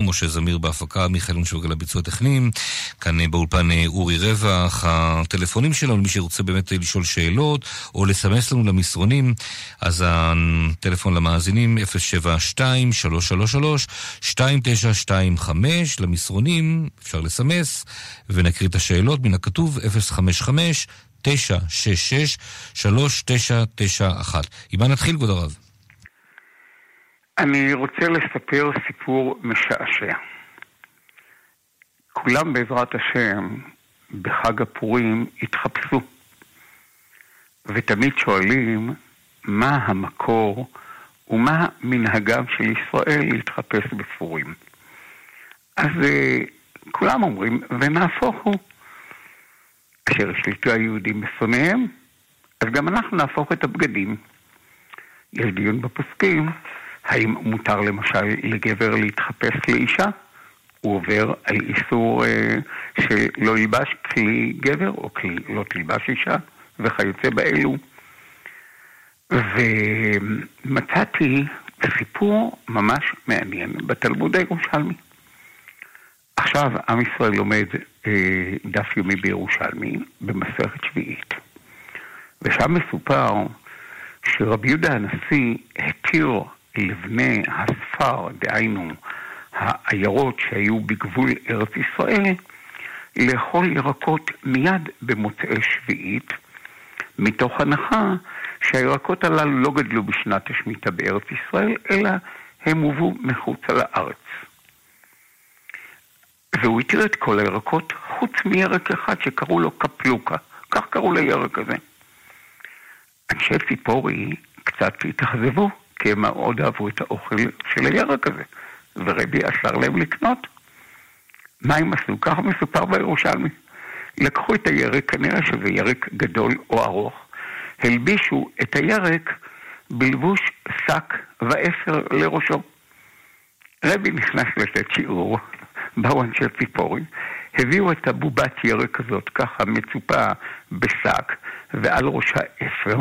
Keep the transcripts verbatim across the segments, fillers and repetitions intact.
משה זמיר בהפקה, מיכאל אונשברגר לביצוע טכניים, כאן באולפן אורי רווח. הטלפונים שלנו, מי שרוצה באמת לשאול שאלות, או לסמס לנו למסרונים, אז הטלפון למאזינים אפס שבע שתיים שלוש שלוש שלוש שתיים תשע שתיים חמש, למסרונים אפשר לסמס, ונקריא את השאלות מן הכתוב אפס חמש חמש תשע שש שש שלוש תשע תשע אחת. אימה נתחיל, כבוד הרב. אני רוצה לספר סיפור משעשע. כולם בעזרת השם בחג הפורים התחפשו, ותמיד שואלים מה המקור ומה מנהגם של ישראל להתחפש בפורים. אז כולם אומרים, ונהפוך הוא. כאשר השליטו היהודים בשונאיהם, אז גם אנחנו נהפוך את הבגדים. יש דיון בפוסקים, האם מותר למשל לגבר להתחפש לאישה? הוא עובר על איסור אה, שלא ילבש כלי גבר או כלי לא תלבש אישה וכיוצא באלו. ומצאתי סיפור ממש מעניין בתלמוד הירושלמי. עכשיו עם ישראל לומד אה, דף יומי בירושלמי במסכת שביעית, ושם מסופר שרבי יהודה הנשיא התיר לבני הספר, דהיינו העיירות שהיו בגבול ארץ ישראל, לאכול ירקות מיד במוצאי שביעית, מתוך הנחה שהירקות הללו לא גדלו בשנת השמיטה בארץ ישראל, אלא הם הובאו מחוץ לארץ. והוא התיר את כל הירקות חוץ מירק אחד שקראו לו קפלוקה, כך קראו לירק הזה. אנשי ציפורי קצת התאכזבו, כי הם מאוד אהבו את האוכל של הירק הזה, ורבי אסר להם לקנות. מה הם עשו? ככה מסופר בירושלמי. לקחו את הירק, כנראה שזה ירק גדול או ארוך, הלבישו את הירק בלבוש שק ואפר לראשו. רבי נכנס לתת שיעור, באו אנשי ציפורי, הביאו את הבובת ירק הזאת ככה מצופה בשק ועל ראשה אפר,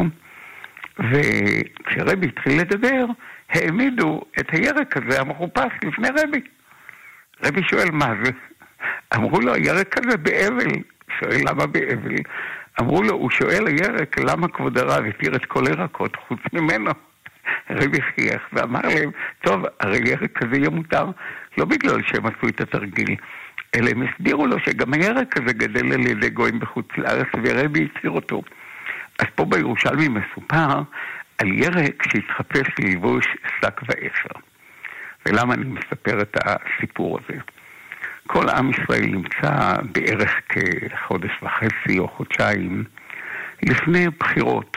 וכשרבי התחיל לדבר, העמידו את הירק הזה המחופש לפני רבי. רבי שואל מה זה? אמרו לו, הירק הזה באבל. שואל למה באבל? אמרו לו, הוא שואל הירק, למה כבוד הרב התיר את כל הירקות חוץ ממנו? רבי חייך ואמר להם, טוב, הרי ירק כזה יהיה מותר, לא בגלל שהם עשו את התרגיל, אלא הם הסבירו לו שגם הירק הזה גדל על ידי גויים בחוץ לארץ, ורבי התיר אותו. אז פה בירושלמי מסופר על ירק שהתחפש ללבוש שק ואפר. ולמה אני מספר את הסיפור הזה? כל עם ישראל נמצא בערך כחודש וחצי או חודשיים לפני בחירות,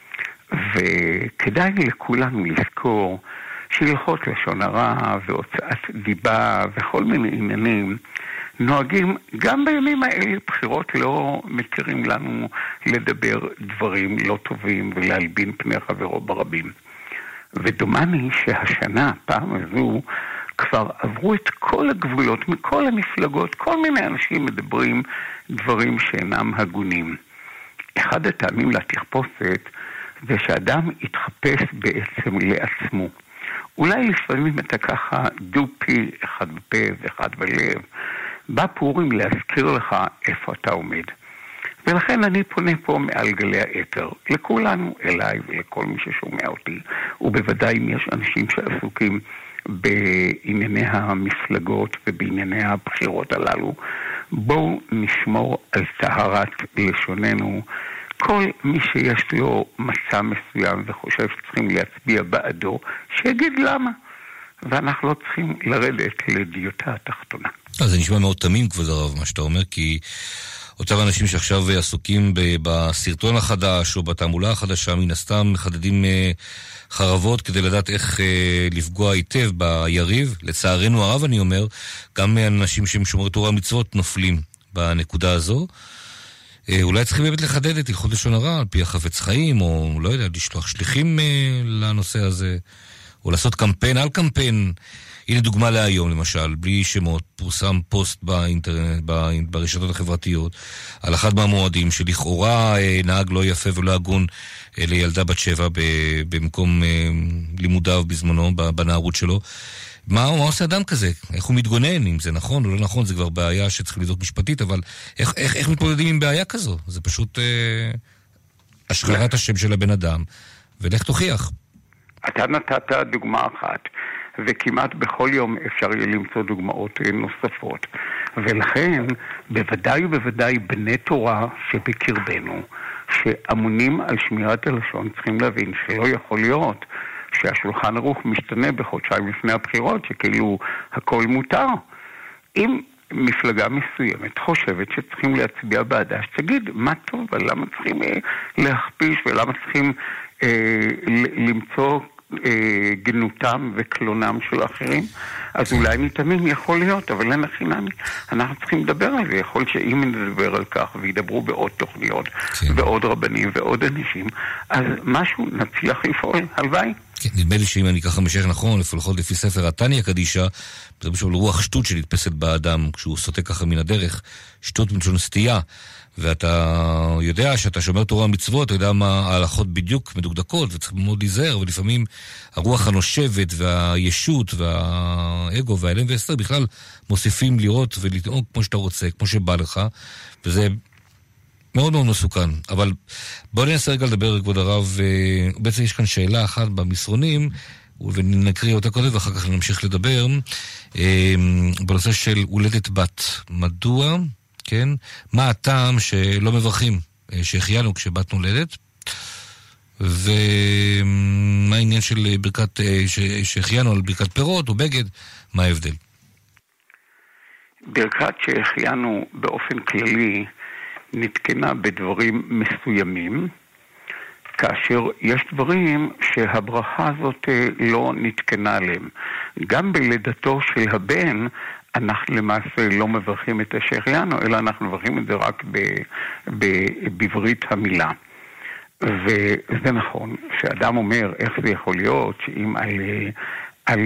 וכדאי לכולנו לזכור שהלכות לשון הרע והוצאת דיבה וכל מיני עניינים נוהגים גם בימים האלה. בחירות לא מתירים לנו לדבר דברים לא טובים ולהלבין פני חברו ברבים. ודומני שהשנה, פעם הזו, כבר עברו את כל הגבולות מכל המפלגות, כל מיני אנשים מדברים דברים שאינם הגונים. אחד הטעמים לתחפושת זה שאדם יתחפש בעצם לעצמו. אולי לפעמים אתה ככה דופי, אחד בפה ואחד בלב, בא פורים להזכיר לך איפה אתה עומד. ולכן אני פונה פה מעל גלי האתר, לכולנו, אליי ולכל מי ששומע אותי, ובוודאי אם יש אנשים שעסוקים בענייני המפלגות ובענייני הבחירות הללו, בואו נשמור על טהרת לשוננו. כל מי שיש לו מצע מסוים וחושב שצריכים להצביע בעדו, שיגיד למה. ואנחנו לא צריכים לרדת לדיוטה התחתונה. אז זה נשמע מאוד תמים, כבוד הרב, מה שאתה אומר, כי אותם אנשים שעכשיו עסוקים בסרטון החדש או בתעמולה החדשה, מן הסתם מחדדים חרבות כדי לדעת איך לפגוע היטב ביריב. לצערנו הרב, אני אומר, גם אנשים שהם שומרי תורה מצוות נופלים בנקודה הזו. אולי צריכים באמת לחדד את הלכות לשון הרע על פי החפץ חיים, או לא יודע, לשלוח שליחים לנושא הזה, או לעשות קמפיין על קמפיין. הנה דוגמה להיום למשל, בלי שמות, פורסם פוסט באינטרנט, ברשתות החברתיות, על אחד מהמועדים שלכאורה נהג לא יפה ולא הגון לילדה בת שבע במקום לימודיו בזמנו, בנערות שלו, מה, מה עושה אדם כזה? איך הוא מתגונן? אם זה נכון או לא נכון, זה כבר בעיה שצריך לבדוק משפטית, אבל איך, איך, איך מתמודדים עם בעיה כזו? זה פשוט אה, השחרת השם של הבן אדם, ולך תוכיח. אתה נתת דוגמה אחת, וכמעט בכל יום אפשר יהיה למצוא דוגמאות נוספות. ולכן, בוודאי ובוודאי בני תורה שבקרבנו, שאמונים על שמירת הלשון, צריכים להבין שלא יכול להיות שהשולחן ערוך משתנה בחודשיים לפני הבחירות, שכאילו הכל מותר. אם מפלגה מסוימת חושבת שצריכים להצביע בעדה, שתגיד מה טוב, אבל למה צריכים אה, להכפיש ולמה צריכים אה, למצוא אה, גנותם וקלונם של האחרים, אז אולי מתאמים יכול להיות, אבל אין החינמי. אנחנו צריכים לדבר על זה. יכול שאם נדבר על כך וידברו בעוד תוכניות כן. ועוד רבנים ועוד אנשים, אז משהו נצליח לפעול, הלוואי. כן, נדמה לי שאם אני ככה משך נכון, לפחות לפי ספר התניא קדישה, זה בשביל רוח שטות שנתפסת באדם כשהוא סוטה ככה מן הדרך, שטות מלשון סטייה, ואתה יודע שאתה שומר תורה ומצוות, אתה יודע מה ההלכות בדיוק מדוקדקות, וצריך מאוד להיזהר, ולפעמים הרוח הנושבת והישות והאגו והאלם והסתר בכלל מוסיפים לראות ולטעון כמו שאתה רוצה, כמו שבא לך, וזה מאוד מאוד מסוכן. אבל בואו ננסה רגע לדבר, כבוד הרב, בעצם יש כאן שאלה אחת במסרונים, ונקריא אותה קודם ואחר כך נמשיך לדבר, בנושא של הולדת בת. מדוע, כן, מה הטעם שלא מברכים שהחיינו כשבת נולדת, ומה העניין של ברכת, שהחיינו על ברכת פירות או בגד, מה ההבדל? ברכת שהחיינו באופן כללי נתקנה בדברים מסוימים, כאשר יש דברים שהברכה הזאת לא נתקנה עליהם. גם בלידתו של הבן, אנחנו למעשה לא מברכים את השהחיינו, אלא אנחנו מברכים את זה רק ב, ב, בברית המילה. וזה נכון, שאדם אומר, איך זה יכול להיות, שאם על, על,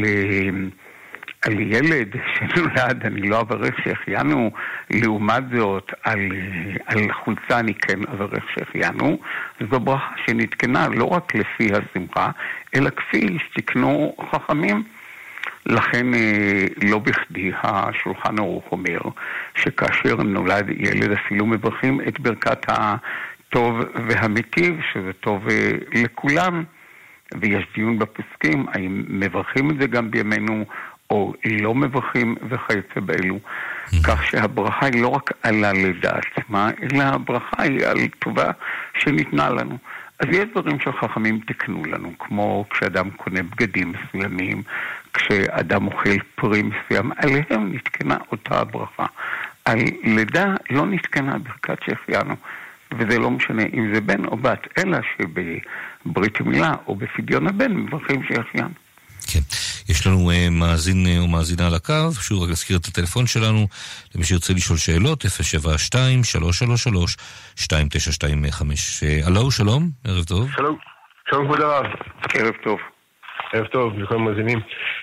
על ילד שנולד, אני לא אברך שהחיינו, לעומת זאת, על, על חולצה אני כן אברך שהחיינו, זו ברכה שנתקנה לא רק לפי השמחה, אלא כפי שתקנו חכמים. לכן לא בכדי השולחן ערוך אומר שכאשר נולד ילד אפילו מברכים את ברכת הטוב והמיטיב, שזה טוב לכולם, ויש דיון בפוסקים האם מברכים את זה גם בימינו או לא מברכים וכיוצא באלו. כך שהברכה היא לא רק על הלידה עצמה, אלא הברכה היא על טובה שניתנה לנו. אז יש דברים שחכמים תקנו לנו, כמו כשאדם קונה בגדים מסוימים, כשאדם אוכל פרי מסוים, עליהם נתקנה אותה הברכה. על לידה לא נתקנה ברכת שהחיינו, וזה לא משנה אם זה בן או בת, אלא שבברית המילה או בפדיון הבן מברכים שהחיינו. כן, יש לנו uh, מאזין uh, או מאזינה על הקו, שוב רק להזכיר את הטלפון שלנו, למי שירצה לשאול שאלות, אפס שבע שתיים שלוש שלוש שלוש שתיים תשע שתיים חמש. אלו, שלום, ערב טוב. שלום, שלום כבוד הרב. ערב טוב. ערב טוב, לכל המאזינים.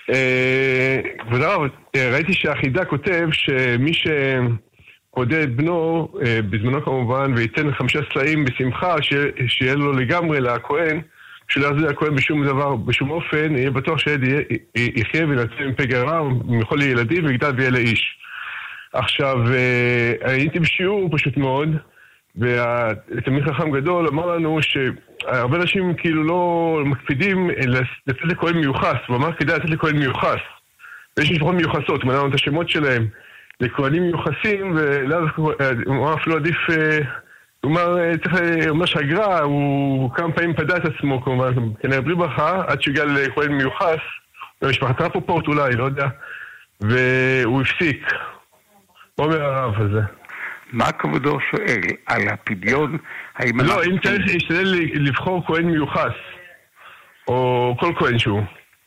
כבוד הרב, ראיתי שהחידה כותב שמי שקודה את בנו, בזמנו כמובן, וייתן חמישה סלעים בשמחה, שיהיה לו לגמרי לכהן, שלא יחזיר הכהן בשום דבר, בשום אופן, יהיה בטוח שהילד יחיה וינצא מפה גרע, מכל לילדים ויגדל ויהיה לאיש. עכשיו, הייתי בשיעור פשוט מאוד, ותלמיד חכם גדול אמר לנו שהרבה אנשים כאילו לא מקפידים לתת לכהן מיוחס, הוא אמר כדאי לתת לכהן מיוחס. ויש משפחות מיוחסות, הוא מנה לנו את השמות שלהם לכהנים מיוחסים, הוא אמר אפילו עדיף, הוא אומר שהגר"א, הוא כמה פעמים פדה את עצמו, כלומר, כנראה בלי ברכה, עד שהגיע לכהן מיוחס, במשפחת רפופורט אולי, לא יודע, והוא הפסיק. מה אומר הרב הזה? מה כבודו שואל? על הפדיון? לא, אם צריך להשתדל לבחור כהן מיוחס, או כל כהן שהוא.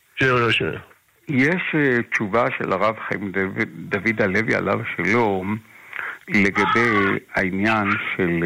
יש תשובה של הרב חיים דוד הלוי עליו שלום, לגבי העניין של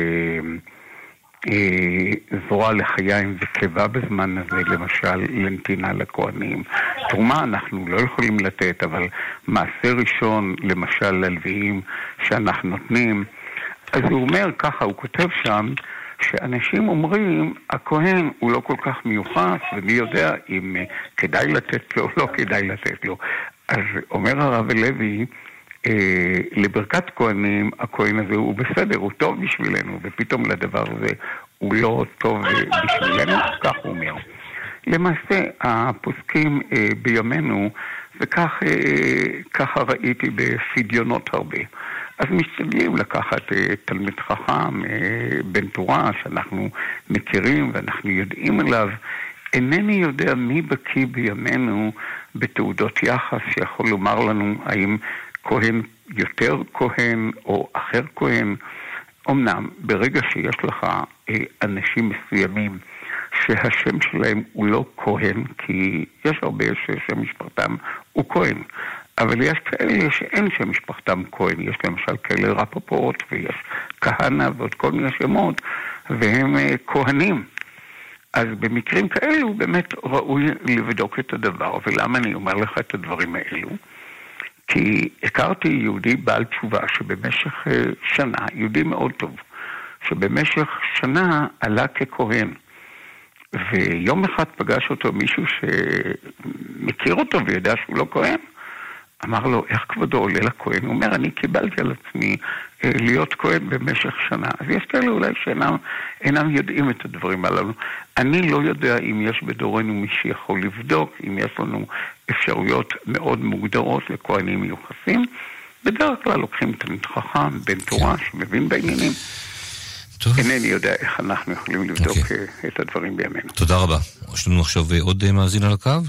זרוע לחיים וקבע בזמן הזה, למשל לנתינה לכהנים. תרומה אנחנו לא יכולים לתת, אבל מעשה ראשון, למשל ללוויים שאנחנו נותנים, אז הוא אומר ככה, הוא כותב שם, שאנשים אומרים, הכהן הוא לא כל כך מיוחס, ומי יודע אם כדאי לתת לו או לא כדאי לתת לו. אז אומר הרב הלוי, אה, לברכת כהנים, הכהן הזה הוא בסדר, הוא טוב בשבילנו, ופתאום לדבר הזה הוא לא טוב בשבילנו, כך הוא אומר. למעשה, הפוסקים אה, בימינו, וכך אה, ככה ראיתי בפדיונות הרבה, אז משתדלים לקחת אה, תלמיד חכם, אה, בן תורה, שאנחנו מכירים ואנחנו יודעים עליו. אינני יודע מי בקיא בימינו בתעודות יחס שיכול לומר לנו האם כהן יותר כהן או אחר כהן. אמנם ברגע שיש לך אה, אנשים מסוימים שהשם שלהם הוא לא כהן, כי יש הרבה ששם משפחתם הוא כהן, אבל יש כאלה שאין שם משפחתם כהן, יש למשל כאלה רפפורט ויש כהנא ועוד כל מיני שמות, והם אה, כהנים. אז במקרים כאלו באמת ראוי לבדוק את הדבר. ולמה אני אומר לך את הדברים האלו? כי הכרתי יהודי בעל תשובה שבמשך שנה, יהודי מאוד טוב, שבמשך שנה עלה ככהן. ויום אחד פגש אותו מישהו שמכיר אותו וידע שהוא לא כהן. אמר לו, איך כבודו עולה לכהן? הוא אומר, אני קיבלתי על עצמי אה, להיות כהן במשך שנה. אז יש כאלה אולי שאינם אינם יודעים את הדברים הללו. אני לא יודע אם יש בדורנו מי שיכול לבדוק, אם יש לנו אפשרויות מאוד מוגדרות לכהנים מיוחסים. בדרך כלל לוקחים תלמיד חכם, בן תורה, שמבין בעניינים. טוב. אינני יודע איך אנחנו יכולים לבדוק okay. את הדברים בימינו. תודה רבה. יש לנו עכשיו עוד מאזין על הקו?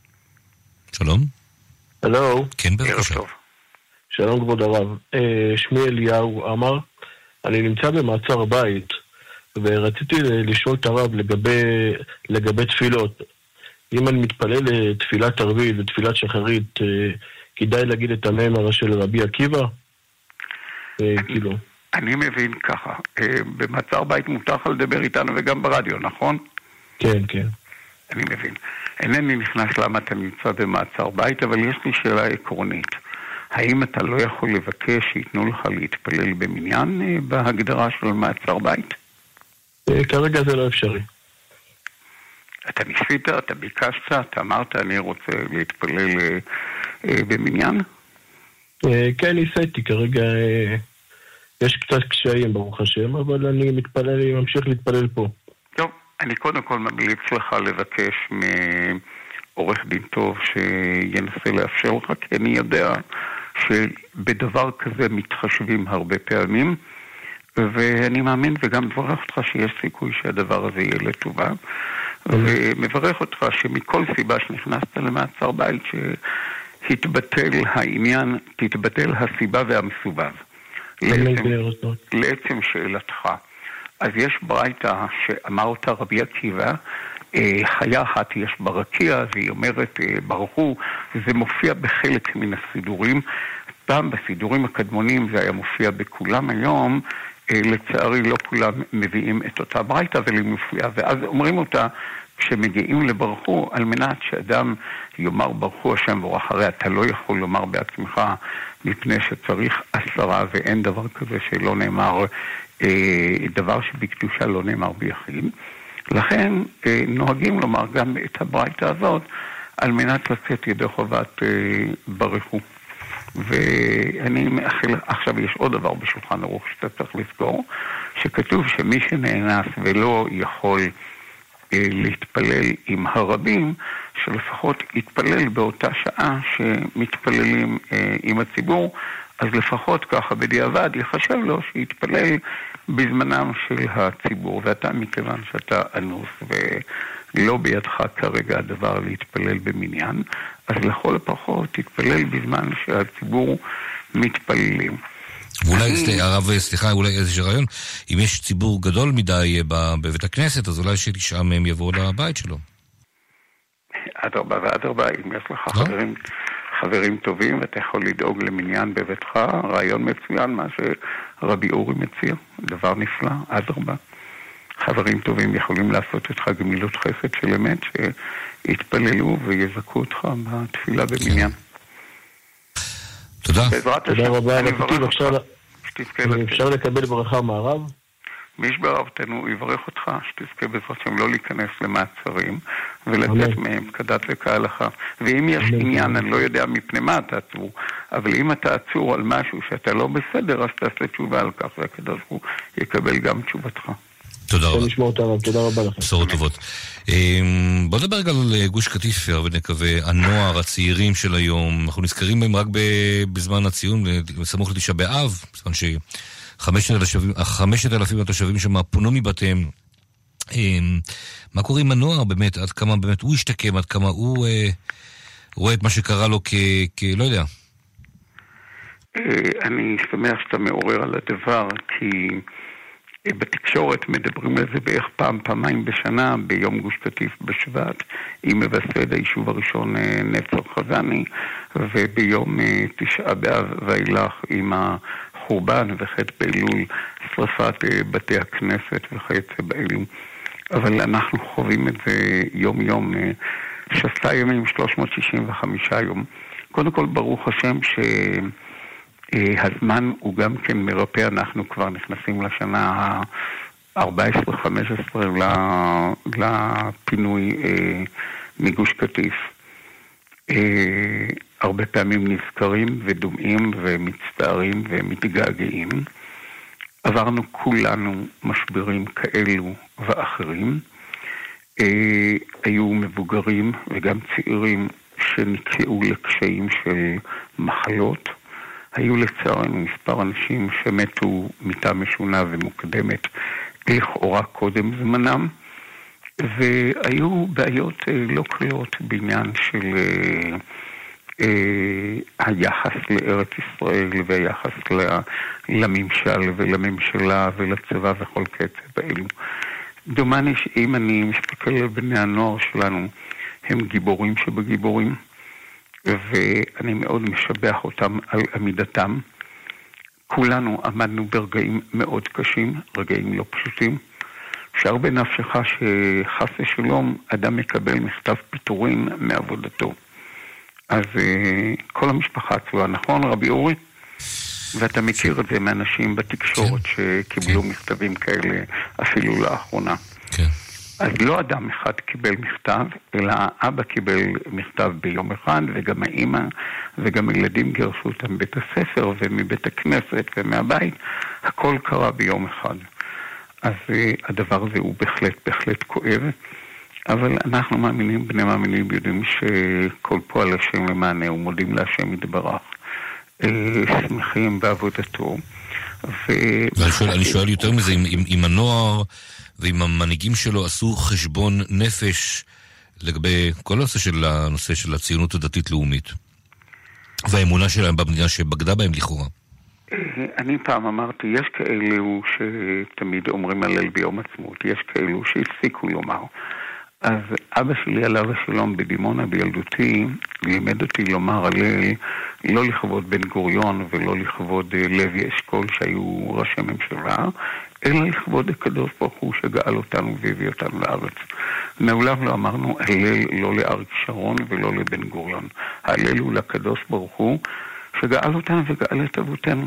שלום. הלו. כן, בבקשה. שלום כבוד הרב. שמי אליהו אמר, אני נמצא במעצר בית, ורציתי לשאול את הרב לגבי, לגבי תפילות. אם אני מתפלל לתפילת ערבית ותפילת שחרית, כדאי להגיד את המאמר של רבי עקיבא? כאילו. אני מבין ככה, במצר בית מותר לך לדבר איתנו וגם ברדיו, נכון? כן, כן. אני מבין. אינני נכנס למה אתה נמצא במעצר בית, אבל יש לי שאלה עקרונית. האם אתה לא יכול לבקש שיתנו לך להתפלל במניין בהגדרה של מעצר בית? כרגע זה לא אפשרי. אתה ניסית, אתה ביקשת, אתה אמרת אני רוצה להתפלל במניין? כן, ניסיתי, כרגע יש קצת קשיים ברוך השם, אבל אני מתפלל, אני ממשיך להתפלל פה. טוב, אני קודם כל ממליץ לך לבקש מעורך דין טוב שינסה לאפשר לך, כי אני יודע שבדבר כזה מתחשבים הרבה פעמים, ואני מאמין וגם מברך אותך שיש סיכוי שהדבר הזה יהיה לטובה, ומברך אותך שמכל סיבה שנכנסת למעצר בית שהתבטל העניין, תתבטל הסיבה והמסובב. לעצם, לעצם שאלתך. אז יש ברייתא שאמר אותה רבי עקיבא, חיה אחת יש ברקיע, והיא אומרת ברחו, זה מופיע בחלק מן הסידורים. פעם בסידורים הקדמונים זה היה מופיע בכולם, היום לצערי לא כולם מביאים את אותה ברייתא, אבל היא מופיעה, ואז אומרים אותה כשמגיעים לברכו, על מנת שאדם יאמר ברכו השם ואחריה, אתה לא יכול לומר בעצמך, מפני שצריך עשרה, ואין דבר כזה שלא נאמר, אה, דבר שבקדושה לא נאמר ביחיד. לכן אה, נוהגים לומר גם את הברייתא הזאת, על מנת לצאת ידי חובת אה, ברכו. ואני מאחל, עכשיו יש עוד דבר בשולחן ערוך שאתה צריך לזכור, שכתוב שמי שנאנס ולא יכול להתפלל עם הרבים, שלפחות יתפלל באותה שעה שמתפללים אה, עם הציבור, אז לפחות ככה בדיעבד יחשב לו שיתפלל בזמנם של הציבור, ואתה מכיוון שאתה אנוס ולא בידך כרגע הדבר להתפלל במניין, אז לכל הפחות תתפלל בזמן שהציבור מתפללים. ואולי, הרב, סליחה, אולי איזשהו רעיון, אם יש ציבור גדול מדי בבית הכנסת, אז אולי שתשעה מהם יבואו לבית שלו. אדרבה ואדרבה, אם יש לך חברים, חברים טובים, ואתה יכול לדאוג למניין בביתך, רעיון מצוין, מה שרבי אורי מציע, דבר נפלא, אדרבה. חברים טובים יכולים לעשות איתך גמילות חסד של אמת, שיתפללו ויזכו אותך בתפילה במניין. תודה. תודה רבה. אפשר לקבל ברכה מהרב? מי שבערבתנו יברך אותך, שתזכה בעזרת שם לא להיכנס למעצרים, ולצאת מהם כדת וכהלכה. ואם יש עניין, אני לא יודע מפני מה אתה עצור, אבל אם אתה עצור על משהו שאתה לא בסדר, אז תעשה תשובה על כך, והקדוש הוא יקבל גם תשובתך. תודה רבה. תודה רבה לכם. בשורות טובות. בוא נדבר רגע על גוש קטיף, ונקווה, הנוער, הצעירים של היום, אנחנו נזכרים בהם רק בזמן הציון, בסמוך לתשעה באב, בזמן שחמשת אלפים התושבים שם פונו מבתיהם. מה קורה עם הנוער באמת? עד כמה באמת הוא השתקם, עד כמה הוא רואה את מה שקרה לו כ... לא יודע. אני שמח שאתה מעורר על הדבר, כי בתקשורת מדברים על זה בערך פעם, פעמיים בשנה, ביום גוש קטיף בשבט, עם מבשד היישוב הראשון נצר חזני, וביום תשעה באב ואילך עם החורבן וחטא באלול, שרפת בתי הכנסת וכיוצא באלול. אבל אנחנו חווים את זה יום יום, שסה ימים, שלוש מאות שישים וחמישה יום. קודם כל ברוך השם ש... הזמן הוא גם כן מרפא, אנחנו כבר נכנסים לשנה ה-ארבע עשרה חמש עשרה לפינוי מגוש קטיף. הרבה פעמים נזכרים ודומעים ומצטערים ומתגעגעים. עברנו כולנו משברים כאלו ואחרים. היו מבוגרים וגם צעירים שנקלעו לקשיים של מחלות. היו לצערנו מספר אנשים שמתו מיתה משונה ומוקדמת לכאורה קודם זמנם, והיו בעיות לא קלות בעניין של אה, אה, היחס לארץ ישראל והיחס לממשל ולממשלה ולצבא וכל קצב באלו. דומני שאם אני מסתכל על בני הנוער שלנו, הם גיבורים שבגיבורים, ואני מאוד משבח אותם על עמידתם. כולנו עמדנו ברגעים מאוד קשים, רגעים לא פשוטים, שהרבה נפשך שחס ושלום אדם מקבל מכתב פיטורין מעבודתו. אז כל המשפחה עצובה, נכון רבי אורי? ואתה מכיר את זה מאנשים בתקשורת שקיבלו מכתבים כאלה אפילו לאחרונה. כן. אז לא אדם אחד קיבל מכתב, אלא האבא קיבל מכתב ביום אחד, וגם האמא וגם הילדים גרשו אותם בית הספר ומבית הכנסת ומהבית, הכל קרה ביום אחד. אז הדבר הזה הוא בהחלט, בהחלט כואב, אבל אנחנו מאמינים, בני מאמינים, יודעים שכל פועל השם למענה ומודים להשם יתברך, שמחים בעבודתו. אני שואל יותר מזה, אם הנוער ועם המנהיגים שלו עשו חשבון נפש לגבי כל הנושא של הנושא של הציונות הדתית-לאומית והאמונה שלהם במדינה שבגדה בהם לכאורה. אני פעם אמרתי, יש כאלו שתמיד אומרים הלל ביום עצמאות, יש כאלו שהפסיקו לומר. אז אבא שלי עליו השלום בדימונה בילדותי לימד אותי לומר הלל לא לכבוד בן גוריון ולא לכבוד לוי אשכול שהיו ראשי ממשלה, אלא לכבוד הקדוש ברוך הוא שגאל אותנו והביא אותנו לארץ. מעולם לא אמרנו הלל לא לאריק שרון ולא לבן גוריון. הלל הוא לקדוש ברוך הוא שגאל אותנו וגאל את אבותינו.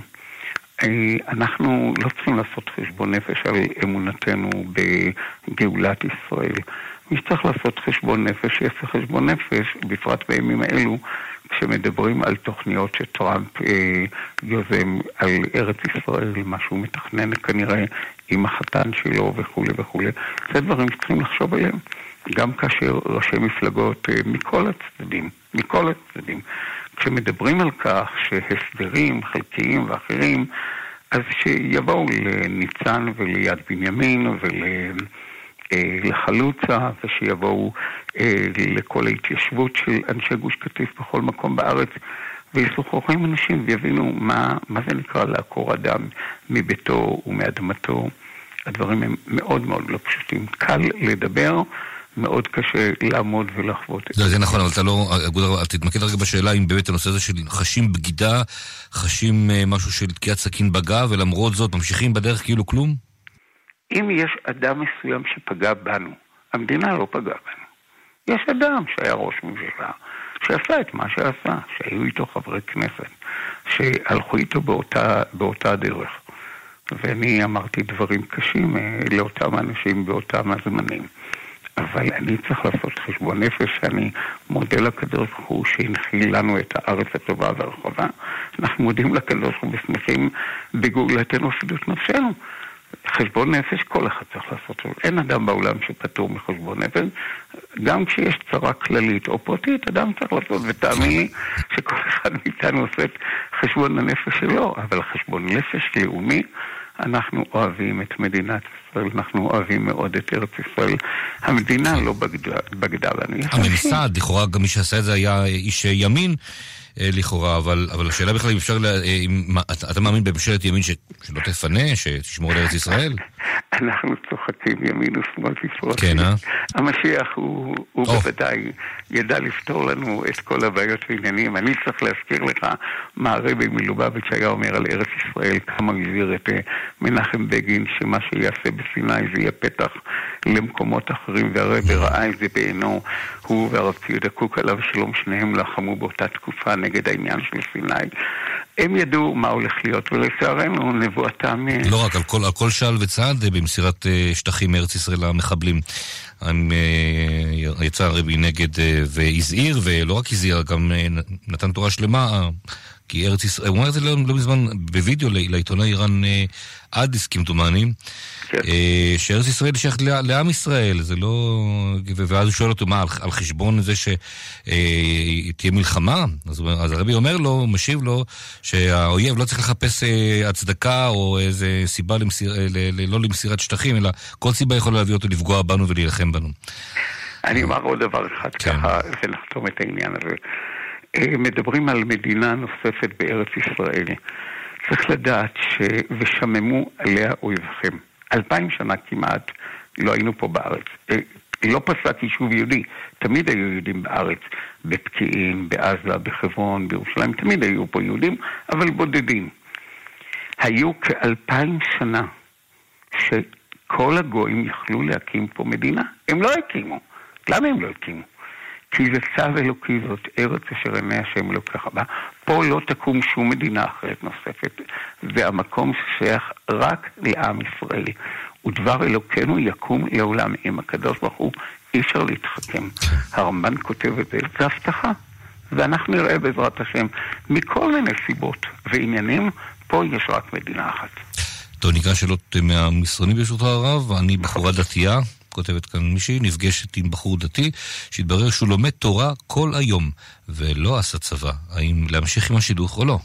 אנחנו לא צריכים לעשות חשבון נפש על אמונתנו בגאולת ישראל. מי שצריך לעשות חשבון נפש, יעשה חשבון נפש, בפרט בימים האלו, כשמדברים על תוכניות שטראמפ אה, יוזם על ארץ ישראל, משהו מתכנן כנראה עם החתן שלו וכו' וכו'. זה דברים שצריכים לחשוב עליהם. גם כאשר ראשי מפלגות אה, מכל הצדדים, מכל הצדדים, כשמדברים על כך שהסדרים חלקיים ואחרים, אז שיבואו לניצן וליד בנימין ולחלוצה, ושיבואו לכל ההתיישבות של אנשי גוש קטיף בכל מקום בארץ, ויסלחו עם אנשים ויבינו מה, מה זה נקרא לעקור אדם מביתו ומאדמתו. הדברים הם מאוד מאוד לא פשוטים. קל לדבר, מאוד קשה לעמוד ולחוות את זה. זה נכון, אבל אתה לא, תתמקד רגע בשאלה אם באמת הנושא הזה של חשים בגידה, חשים משהו של תקיעת סכין בגב, ולמרות זאת ממשיכים בדרך כאילו כלום? אם יש אדם מסוים שפגע בנו, המדינה לא פגעה בנו. יש אדם שהיה ראש ממשלה, שעשה את מה שעשה, שהיו איתו חברי כנסת, שהלכו איתו באותה, באותה דרך. ואני אמרתי דברים קשים לאותם אנשים באותם הזמנים. אבל אני צריך לעשות חשבון נפש, שאני מודה לקדוש ברוך הוא שהנחיל לנו את הארץ הטובה והרחבה. אנחנו מודים לקדוש ברוך הוא ושמחים בגאולתנו ושביעות נפשנו. חשבון נפש כל אחד צריך לעשות. אין אדם בעולם שפטור מחשבון נפש. גם כשיש צרה כללית או פרטית, אדם צריך לעשות, ותאמין לי שכל אחד מאיתנו עושה את חשבון הנפש שלו, אבל חשבון נפש לאומי, אנחנו אוהבים את מדינת ישראל, אנחנו אוהבים מאוד את ארץ ישראל. המדינה לא בגדה, בגדה לנו. הממסד, לכאורה גם מי שעשה את זה היה איש ימין, לכאורה, אבל, אבל השאלה בכלל אם אפשר, אם, אתה, אתה מאמין בממשלת ימין ש, שלא תפנה, שתשמור על ארץ ישראל? אנחנו צוחקים ימין ושמאל תפרוט. כן, אה? המשיח הוא, הוא oh. בוודאי ידע לפתור לנו את כל הבעיות ועניינים. אני צריך להזכיר לך מה הרבי מלובביץ' היה אומר על ארץ ישראל, כמה הזהיר את מנחם בגין, שמה שיעשה בסיני זה יהיה פתח למקומות אחרים, והרבי ראה את זה בעינו, הוא והרב ציודה קוק עליו שלום, שניהם לחמו באותה תקופה נגד העניין של סיני. הם ידעו מה הולך להיות, ולצערנו נבואתם... לא רק, על כל, על כל שעל וצעד במסירת שטחים מארץ ישראל למחבלים. הם, יצא הרבי נגד והזהיר, ולא רק הזהיר, גם נתן תורה שלמה, כי ארץ ישראל, הוא אומר את זה לא, לא מזמן בווידאו לעיתונאי איראן אדיס כמדומני, כן. שארץ ישראל שייכת לעם ישראל, זה לא... ואז הוא שואל אותו מה, על, על חשבון זה שתהיה מלחמה? אז, אז הרבי אומר לו, משיב לו, שהאויב לא צריך לחפש הצדקה או איזה סיבה למסיר, ל, ל, לא למסירת שטחים, אלא כל סיבה יכולה להביא אותו לפגוע בנו ולהילחם בנו. אני אומר עוד דבר אחד כן. ככה, ונחתום את העניין הזה. מדברים על מדינה נוספת בארץ ישראל. צריך לדעת ש... ושממו עליה אויבכם. אלפיים שנה כמעט לא היינו פה בארץ. לא פסק יישוב יהודי. תמיד היו יהודים בארץ. בפקיעין, בעזה, בחברון, בירושלים. תמיד היו פה יהודים, אבל בודדים. היו כאלפיים שנה שכל הגויים יכלו להקים פה מדינה. הם לא הקימו. למה הם לא הקימו? כי זה צו אלוקי, זאת ארץ אשר עיני השם אלוקך בה. פה לא תקום שום מדינה אחרת נוספת. זה המקום ששייך רק לעם ישראלי. ודבר אלוקנו יקום לעולם. עם הקדוש ברוך הוא אי אפשר להתחכם. הרמב"ן כותב את זה, זה הבטחה. ואנחנו נראה בעזרת השם מכל מיני סיבות ועניינים, פה יש רק מדינה אחת. טוב, נקרא שאלות מהמסרונים ברשות הרב. אני בחורה דתייה. כותבת כאן מישהי, נפגשת עם בחור דתי שהתברר שהוא לומד תורה כל היום ולא עשה צבא. האם להמשיך עם השידוך או לא?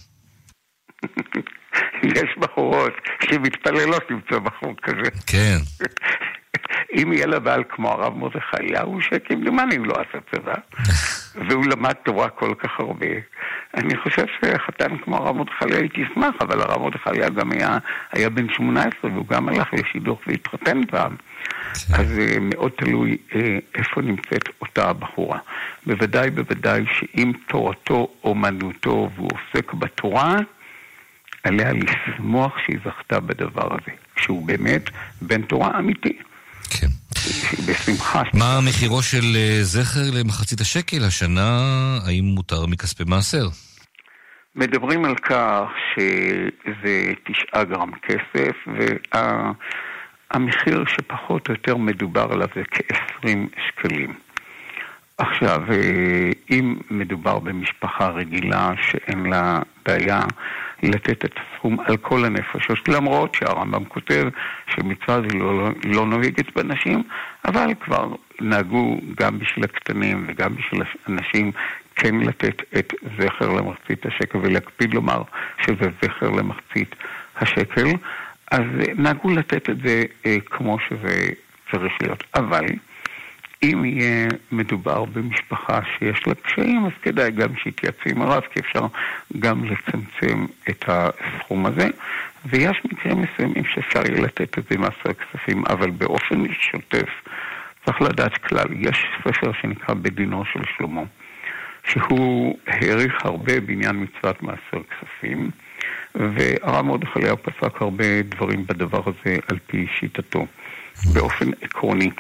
יש בחורות שמתפללות למצוא בחור כזה. כן. אם יהיה לבעל כמו הרב מרדכי אליהו, שכמדומני הוא לא עשה צבא, והוא למד תורה כל כך הרבה. אני חושב שחתן כמו הרב מרדכי אליהו הייתי אשמח, אבל הרב מרדכי אליהו גם היה, היה בן שמונה עשרה, והוא גם הלך לשידוך והתחתן פעם. אז מאוד תלוי איפה נמצאת אותה הבחורה. בוודאי, בוודאי שאם תורתו אומנותו והוא עוסק בתורה, עליה לשמוח שהיא זכתה בדבר הזה. שהוא באמת בן תורה אמיתי. כן. בשמחה. מה המחירו של זכר למחצית השקל השנה? האם מותר מכספי מעשר? מדברים על כך שזה תשעה גרם כסף, וה... המחיר שפחות או יותר מדובר עליו זה כ-עשרים שקלים. עכשיו, אם מדובר במשפחה רגילה שאין לה בעיה לתת את הסכום על כל הנפשות, למרות שהרמב"ם כותב שמצווה זה לא, לא נוהגת בנשים, אבל כבר נהגו גם בשביל הקטנים וגם בשביל אנשים כן לתת את זכר למחצית השקל, ולהקפיד לומר שזה זכר למחצית השקל. אז נהגו לתת את זה אה, כמו שזה צריך להיות. אבל אם יהיה מדובר במשפחה שיש לה קשיים, אז כדאי גם שיתייעצו עם הרב, כי אפשר גם לצמצם את הסכום הזה. ויש מקרים מסוימים שאפשר יהיה לתת את זה מעשר כספים, אבל באופן שוטף צריך לדעת כלל. יש ספר שנקרא בדינו של שלמה, שהוא העריך הרבה בעניין מצוות מעשר כספים, והרב מרדכי אליהו פסק הרבה דברים בדבר הזה על פי שיטתו. באופן עקרוני,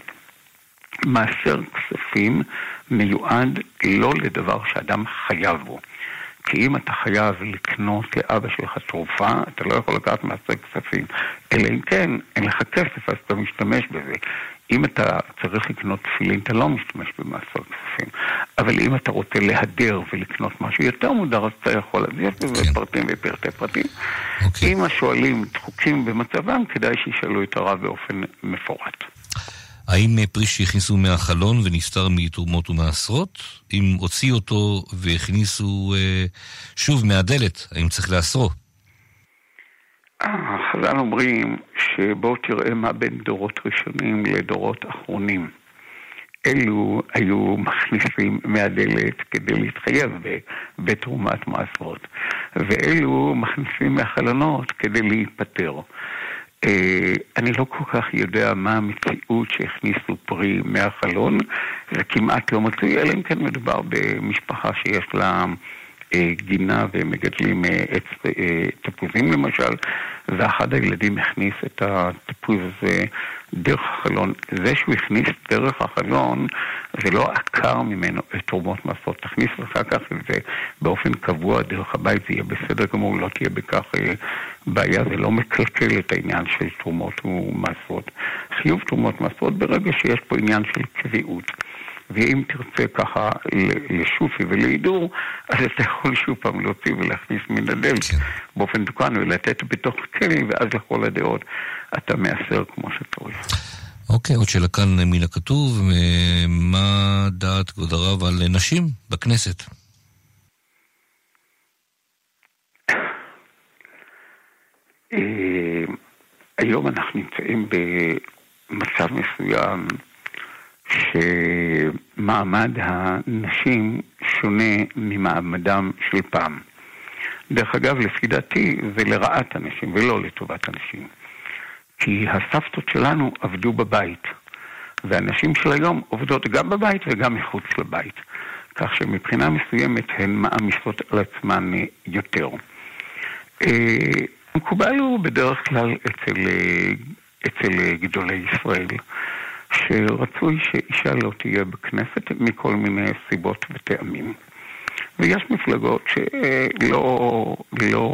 מעשר כספים מיועד לא לדבר שאדם חייב בו. כי אם אתה חייב לקנות לאבא שלך תרופה, אתה לא יכול לקחת מעשר כספים. אלא אם כן, אין לך כסף, אז אתה משתמש בזה. אם אתה צריך לקנות תפילין, אתה לא משתמש במעשר כספים. אבל אם אתה רוצה להדר ולקנות משהו יותר מודר, אז אתה יכול. אז יש בזה כן. פרטים ופרטי פרטים. Okay. אם השואלים דחוקים במצבם, כדאי שישאלו את הרב באופן מפורט. האם פרי שהכניסו מהחלון ונפטר מתרומות ומעשרות? אם הוציא אותו והכניסו אה, שוב מהדלת, האם צריך לעשרו? החז"ל אומרים שבוא תראה מה בין דורות ראשונים לדורות אחרונים. אלו היו מכניסים מהדלת כדי להתחייב בתרומת מעשרות, ואלו מכניסים מהחלונות כדי להיפטר. אני לא כל כך יודע מה המציאות שהכניסו פרי מהחלון, זה כמעט לא מצוי, אלא אם כן מדובר במשפחה שיש לה גינה ומגדלים תפוזים למשל, ואחד הילדים הכניס את התפוז הזה דרך החלון. זה שהוא הכניס דרך החלון, זה לא עקר ממנו את תרומות מעשרות. תכניס אחר כך וזה באופן קבוע דרך הבית, זה יהיה בסדר גמור, לא תהיה בכך בעיה, זה לא מקלקל את העניין של תרומות ומעשרות. חיוב תרומות מעשרות ברגע שיש פה עניין של קביעות. ואם תרצה ככה לשופי ולהידור, אז אתה יכול שוב פעם להוציא ולהכניס מן הדלת כן. באופן דוקן ולתת בתוך כלי, ואז לכל הדעות אתה מאסר כמו שצריך. אוקיי, עוד שאלה כאן מן הכתוב, מה דעת כבוד הרב על נשים בכנסת? היום אנחנו נמצאים במצב מסוים, שמעמד הנשים שונה ממעמדם של פעם. דרך אגב, לפי דעתי, זה לרעת הנשים ולא לטובת הנשים. כי הסבתות שלנו עבדו בבית, והנשים של היום עובדות גם בבית וגם מחוץ לבית. כך שמבחינה מסוימת הן מעמיסות על עצמן יותר. מקובל הוא בדרך כלל אצל, אצל גדולי ישראל, שרצוי שאישה לא תהיה בכנסת מכל מיני סיבות וטעמים. ויש מפלגות שלא לא,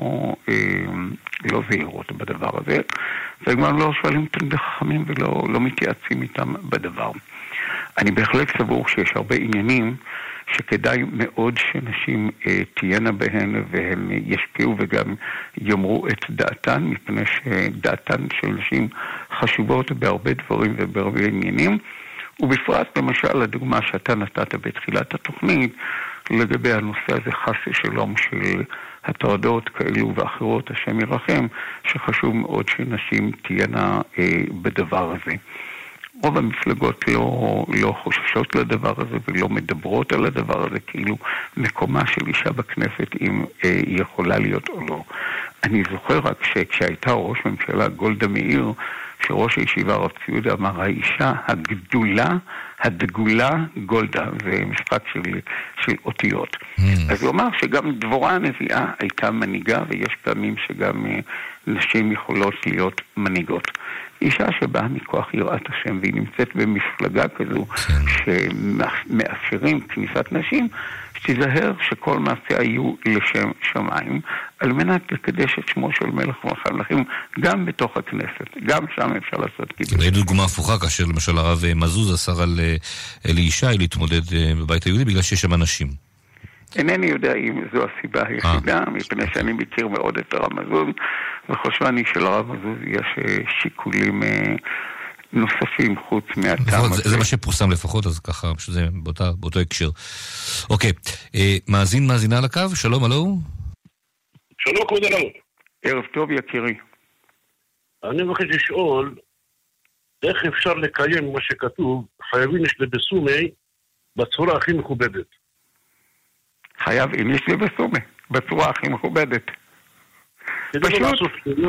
לא זהירות בדבר הזה, וגם לא שואלים תלמידי חכמים ולא לא מתייעצים איתם בדבר. אני בהחלט סבור שיש הרבה עניינים שכדאי מאוד שנשים אה, תהיינה בהן והם ישפיעו וגם יאמרו את דעתן, מפני שדעתן של נשים חשובות בהרבה דברים ובהרבה עניינים, ובפרט למשל הדוגמה שאתה נתת בתחילת התוכנית לגבי הנושא הזה חס ושלום של הטרדות כאלו ואחרות, השם ירחם, שחשוב מאוד שנשים תהיינה אה, בדבר הזה. רוב המפלגות לא, לא חוששות לדבר הזה ולא מדברות על הדבר הזה, כאילו מקומה של אישה בכנסת אם אה, היא יכולה להיות או לא. אני זוכר רק שכשהייתה ראש ממשלה גולדה מאיר, שראש הישיבה רב ציודה אמר, האישה הגדולה, הדגולה גולדה, זה משחק של, של אותיות. Mm. אז הוא אמר שגם דבורה הנביאה הייתה מנהיגה, ויש פעמים שגם אה, נשים יכולות להיות מנהיגות. אישה שבאה מכוח יראת השם והיא נמצאת במפלגה כזו שמאפשרים כניסת נשים, שתיזהר שכל מעשיה יהיו לשם שמיים, על מנת לקדש את שמו של מלך המלכים גם בתוך הכנסת. גם שם אפשר לעשות קידוש. ראינו דוגמה הפוכה כאשר למשל הרב מזוז אסר על אלי ישי להתמודד בבית היהודי בגלל שיש שם אנשים. אינני יודע אם זו הסיבה היחידה, מפני שאני מכיר מאוד את הרב מזוז, וחושבני שלרב מזוז יש שיקולים נוספים חוץ מהטעם הזה. זה מה שפורסם לפחות, אז ככה, שזה באותו הקשר. אוקיי, מאזין, מאזינה על הקו, שלום, הלו? שלום, כבוד הרב. ערב טוב, יקירי. אני מבקש לשאול, איך אפשר לקיים מה שכתוב, חייבים יש לבסומי, בצורה הכי מכובדת? חייב, אם יש לי בסומה, בצורה הכי מכובדת. פשוט.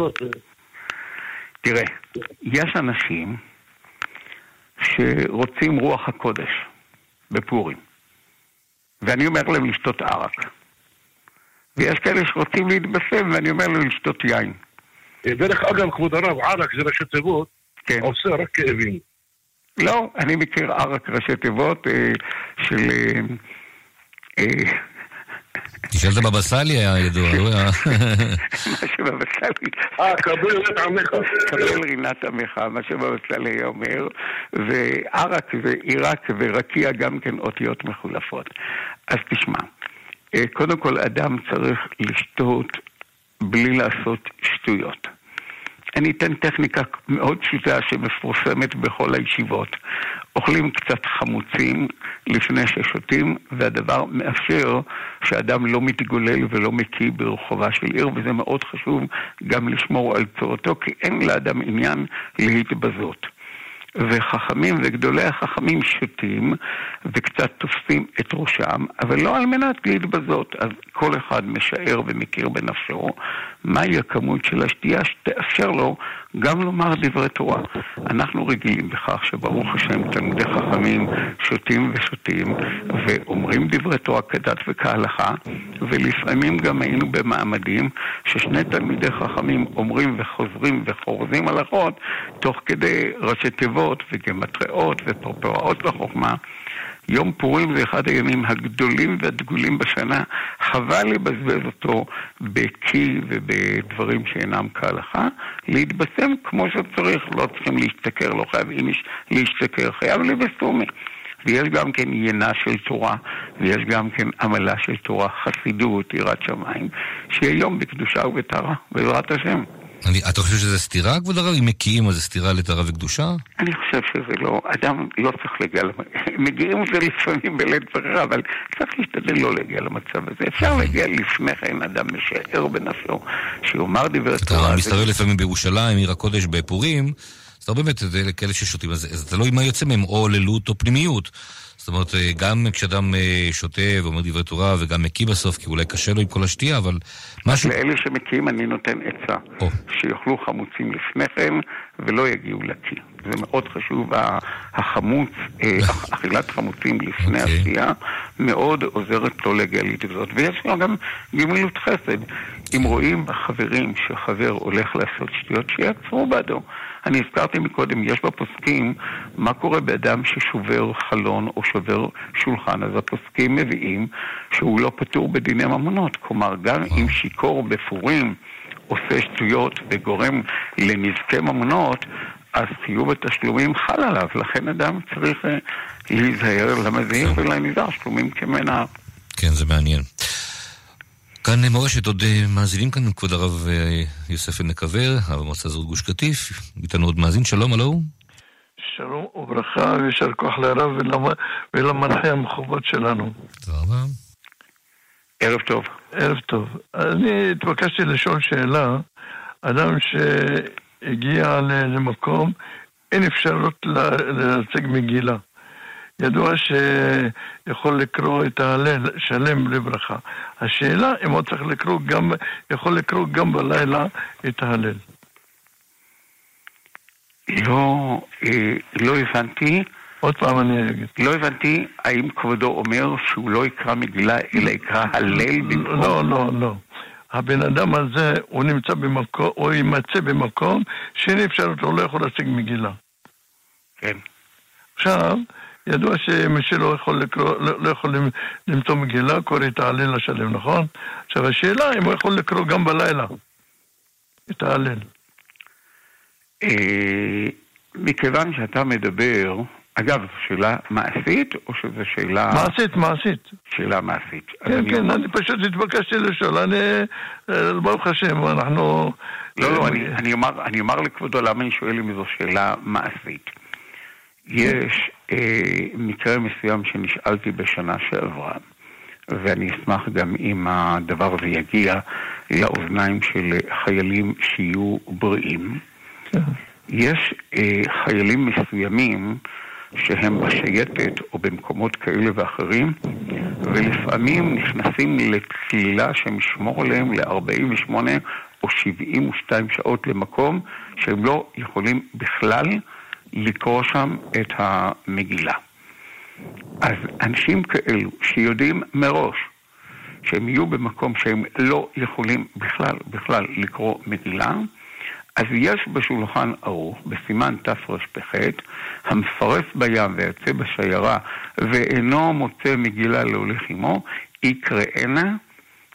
תראה, יש אנשים שרוצים רוח הקודש בפורים, ואני אומר להם לשתות ערק. ויש כאלה שרוצים להתבשם, ואני אומר להם לשתות יין. דרך אגב, כבוד הרב, ערק זה ראשי תיבות, כן. עושה רק כאבים. לא, אני מכיר ערק ראשי תיבות אה, של... אה, תשאל את הבבא סאלי היה ידוע, לא היה? מה שבבא סאלי... אה, קבל רינת עמך. קבל רינת עמך, מה שבבא סאלי אומר, וערק ועיראק ורקיע גם כן אותיות מחולפות. אז תשמע, קודם כל אדם צריך לשתות בלי לעשות שטויות. אני אתן טכניקה מאוד פשוטה שמפורסמת בכל הישיבות. אוכלים קצת חמוצים לפני ששותים, והדבר מאפשר שאדם לא מתגולל ולא מקיא ברחובה של עיר, וזה מאוד חשוב גם לשמור על צורתו, כי אין לאדם עניין להתבזות. וחכמים וגדולי החכמים שותים וקצת תופסים את ראשם, אבל לא על מנת להתבזות. אז כל אחד משער ומכיר בנפשו מהי הכמות של השתייה שתאפשר לו גם לומר דברי תורה. אנחנו רגילים בכך שברוך השם תלמידי חכמים שותים ושותים ואומרים דברי תורה כדת וכהלכה, ולפעמים גם היינו במעמדים ששני תלמידי חכמים אומרים וחוזרים וחורזים הלכות תוך כדי ראשי תיבות וגמטראות ופרפראות לחוכמה. יום פורים זה אחד הימים הגדולים והדגולים בשנה, חבל לבזבז אותו בקי ובדברים שאינם כהלכה, להתבשם כמו שצריך, לא צריכים להשתכר, לא חייבים להשתכר, חייב לבסומי. ויש גם כן ינה של תורה, ויש גם כן עמלה של תורה, חסידות, יראת שמיים, שיום בקדושה ובטהרה, בעזרת השם. אני, אתה חושב שזה סתירה, כבוד הרב? אם מקיאים, אז זה סתירה לטהרה וקדושה? אני חושב שזה לא, אדם לא צריך להגיע, מגיעים זה לפעמים בלית ברירה, אבל צריך להשתדל לא להגיע למצב הזה. אפשר להגיע לפני כן, אדם משער בנפשו, שיאמר דברי תורה. אתה מסתובב לפעמים בירושלים, עיר הקודש בפורים, אז אתה באמת, זה כאלה ששותים, אז אתה לא יודע מה יוצא מהם, או לילות או פנימיות. זאת אומרת, גם כשאדם שותה ואומר דברי תורה וגם מקיא בסוף, כי אולי קשה לו עם כל השתייה, אבל משהו... לאלה שמקיים אני נותן עצה, או. שיאכלו חמוצים לפני כן ולא יגיעו לקיא. זה מאוד חשוב, החמוץ, אכילת חמוצים לפני okay. השתייה, מאוד עוזרת לא להגיע להתבזות. ויש לו גם גמילות חסד. אם רואים חברים שחבר הולך לעשות שטויות, שיעצרו בעדו. אני הזכרתי מקודם, יש בפוסקים מה קורה באדם ששובר חלון או שובר שולחן, אז הפוסקים מביאים שהוא לא פטור בדיני ממונות. כלומר, גם אם שיקור בפורים עושה שטויות וגורם לנזקי ממונות, אז חיוב התשלומים חל עליו. לכן אדם צריך להיזהר למזהיר ולנזהר, שלומים כמנהר. כן, זה מעניין. כאן מורשת, עוד מאזינים כאן, כבוד הרב יוסף נקבר, המועצה האזורית גוש קטיף, איתנו עוד מאזין, שלום, הלו. שלום וברכה, וישר כוח לרב ולמנחה המכובות שלנו. תודה רבה. ערב טוב. ערב טוב. אני התבקשתי לשאול שאלה, אדם שהגיע למקום, אין אפשרות להציג מגילה. ידוע שיכול לקרוא את ההלל שלם לברכה. השאלה אם הוא צריך לקרוא גם, יכול לקרוא גם בלילה את ההלל. לא, לא הבנתי. עוד פעם אני אגיד. לא הבנתי האם כבודו אומר שהוא לא יקרא מגילה אלא יקרא הלל במקום. לא, לא, לא. הבן אדם הזה הוא נמצא במקום, הוא יימצא במקום שאין אפשרות, הוא לא יכול להשיג מגילה. כן. עכשיו, ידוע שמי שלא יכול לקרוא, לא, לא יכול למצוא מגילה, קורא את ההלל השלם, נכון? עכשיו השאלה אם הוא יכול לקרוא גם בלילה את ההלל. מכיוון שאתה מדבר, אגב, שאלה מעשית או שזו שאלה... מעשית, מעשית. שאלה מעשית. כן, כן, אני פשוט התבקשתי לשאול, אני, ברוך השם, אנחנו... לא, לא, אני אומר, אני אומר לכבודו למה אני שואל אם זו שאלה מעשית. יש אה, מקרה מסוים שנשאלתי בשנה שעברה, ואני אשמח גם אם הדבר הזה יגיע לאוזניים של חיילים שיהיו בריאים. יש אה, חיילים מסוימים שהם בשייטת או במקומות כאלה ואחרים, ולפעמים נכנסים לצלילה שמשמור עליהם ל-ארבעים ושמונה או שבעים ושתיים שעות למקום שהם לא יכולים בכלל לקרוא שם את המגילה. אז אנשים כאלו שיודעים מראש שהם יהיו במקום שהם לא יכולים בכלל, בכלל לקרוא מגילה, אז יש בשולחן ערוך, בסימן תרפ"ח, המפרש בים ויצא בשיירה ואינו מוצא מגילה להוליך עמו, יקראנה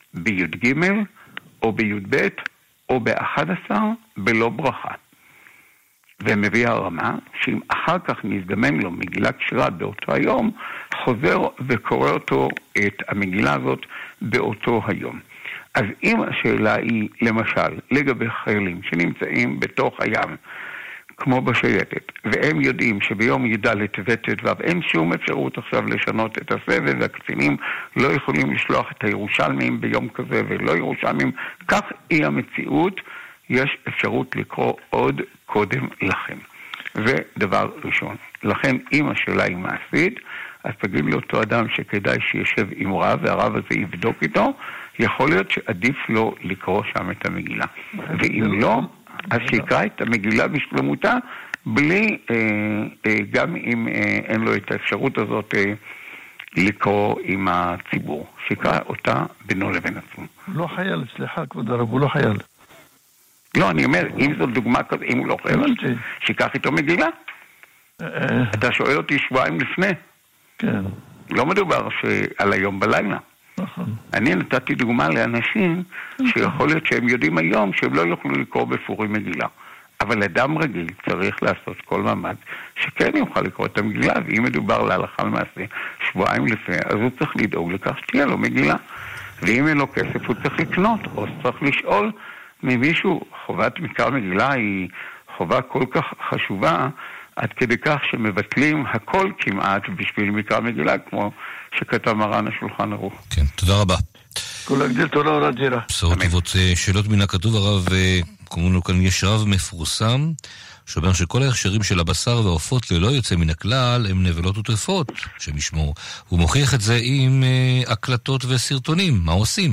בי"ג או בי"ב או ב-אחד עשר בלא ברכה. ומביא הרמה שאם אחר כך נזדמן לו מגילה כשרה באותו היום, חוזר וקורא אותו את המגילה הזאת באותו היום. אז אם השאלה היא למשל לגבי חיילים שנמצאים בתוך הים, כמו בשייטת, והם יודעים שביום י"ד טבת ו' אין שום אפשרות עכשיו לשנות את הסבב, והקצינים לא יכולים לשלוח את הירושלמים ביום כזה ולא ירושלמים, כך היא המציאות, יש אפשרות לקרוא עוד קודם לכן. זה דבר ראשון. לכן אם השאלה היא מעשית, אז תגיד לאותו אדם שכדאי שישב עם רב, והרב הזה יבדוק איתו, יכול להיות שעדיף לו לקרוא שם את המגילה. ואם לא, אז שיקרא את המגילה בשלמותה, בלי, אה, אה, גם אם אה, אין לו את האפשרות הזאת אה, לקרוא עם הציבור. שיקרא אותה בינו לבין עצמו. הוא לא חייל, סליחה כבוד הרב, הוא לא חייל. לא, אני אומר, אם זו דוגמה כזאת, אם הוא לא חייל, שיקח איתו מגילה. אתה שואל אותי שבועיים לפני. כן. לא מדובר על היום בלילה. נכון. אני נתתי דוגמה לאנשים שיכול להיות שהם יודעים היום שהם לא יוכלו לקרוא בפורים מגילה. אבל אדם רגיל צריך לעשות כל מאמץ שכן יוכל לקרוא את המגילה, ואם מדובר להלכה למעשה שבועיים לפני, אז הוא צריך לדאוג לכך שתהיה לו מגילה. ואם אין לו כסף הוא צריך לקנות, או צריך לשאול ממישהו. חובת מקרא מגילה היא חובה כל כך חשובה, עד כדי כך שמבטלים הכל כמעט בשביל מקרא מגילה, כמו שכתב מרן השולחן ערוך. כן, תודה רבה. כל הגדיל תורה אורת זירה. בשורות טובות. שאלות מן הכתוב, הרב, כמובן כאן יש רב מפורסם, שאומר שכל ההכשרים של הבשר והעופות ללא יוצא מן הכלל הם נבלות וטרפות שמשמור. הוא מוכיח את זה עם הקלטות וסרטונים. מה עושים?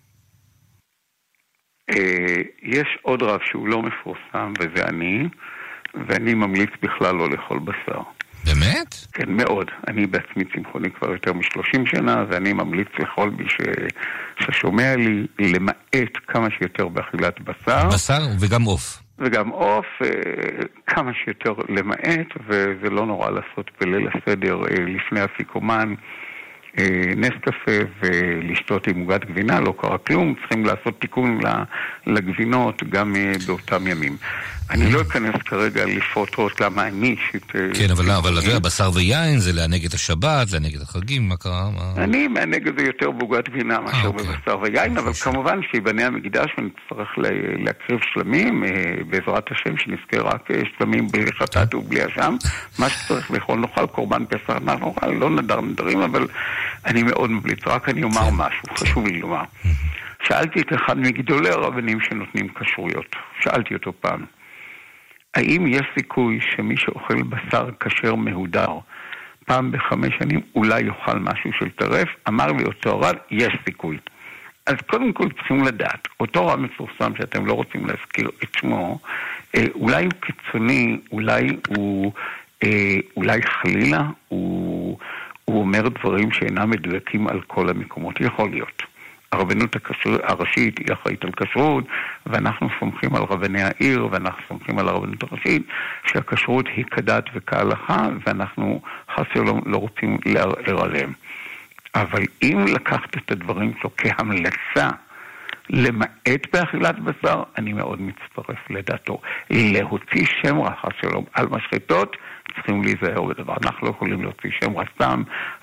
יש עוד רב שהוא לא מפורסם, וזה אני, ואני ממליץ בכלל לא לאכול בשר. באמת? כן, מאוד. אני בעצמי צמחוני כבר יותר משלושים שנה, ואני ממליץ לכל מי ש... ששומע לי למעט כמה שיותר באכילת בשר. בשר וגם עוף. וגם עוף, כמה שיותר למעט, וזה לא נורא לעשות בליל הסדר לפני אפיקומן, נס קפה ולשתות עם עוגת גבינה, לא קרה כלום, צריכים לעשות תיקון לגבינות גם באותם ימים. אני לא אכנס כרגע לפרוטות למה אני אישית... כן, אבל לא, אבל הבשר ויין זה לענג את השבת, לענג את החגים, מה קרה? אני מענג את זה יותר בעוגת גבינה מאשר בבשר ויין, אבל כמובן שיבנה המקדש ונצטרך להקריב שלמים, בעזרת השם שנזכה רק שלמים בלי חטאת ובלי אשם, מה שצריך לאכול נאכל, קורבן פסח נאכל, לא נדר נדרים, אבל אני מאוד מבליץ, רק אני אומר משהו, חשוב לי לומר. שאלתי את אחד מגדולי הרבנים שנותנים כשרויות, שאלתי אותו פעם, האם יש סיכוי שמי שאוכל בשר כשר מהודר פעם בחמש שנים אולי יאכל משהו של טרף? אמר לי אותו רב, יש סיכוי. אז קודם כל צריכים לדעת, אותו רב מפורסם שאתם לא רוצים להזכיר את שמו, אולי הוא קיצוני, אולי הוא, אולי חלילה, הוא, הוא אומר דברים שאינם מדויקים על כל המקומות, יכול להיות. הרבנות הראשית היא אחראית על כשרות, ואנחנו סומכים על רבני העיר, ואנחנו סומכים על הרבנות הראשית, שהכשרות היא כדת וכהלכה, ואנחנו חסר לא, לא רוצים לערער עליהם. אבל אם לקחת את הדברים שלו כהמלצה, למעט באכילת בשר, אני מאוד מצטרף לדעתו. להוציא שם רע חס שלום על משחטות, צריכים להיזהר בדבר. אנחנו לא יכולים להוציא שם רע סתם,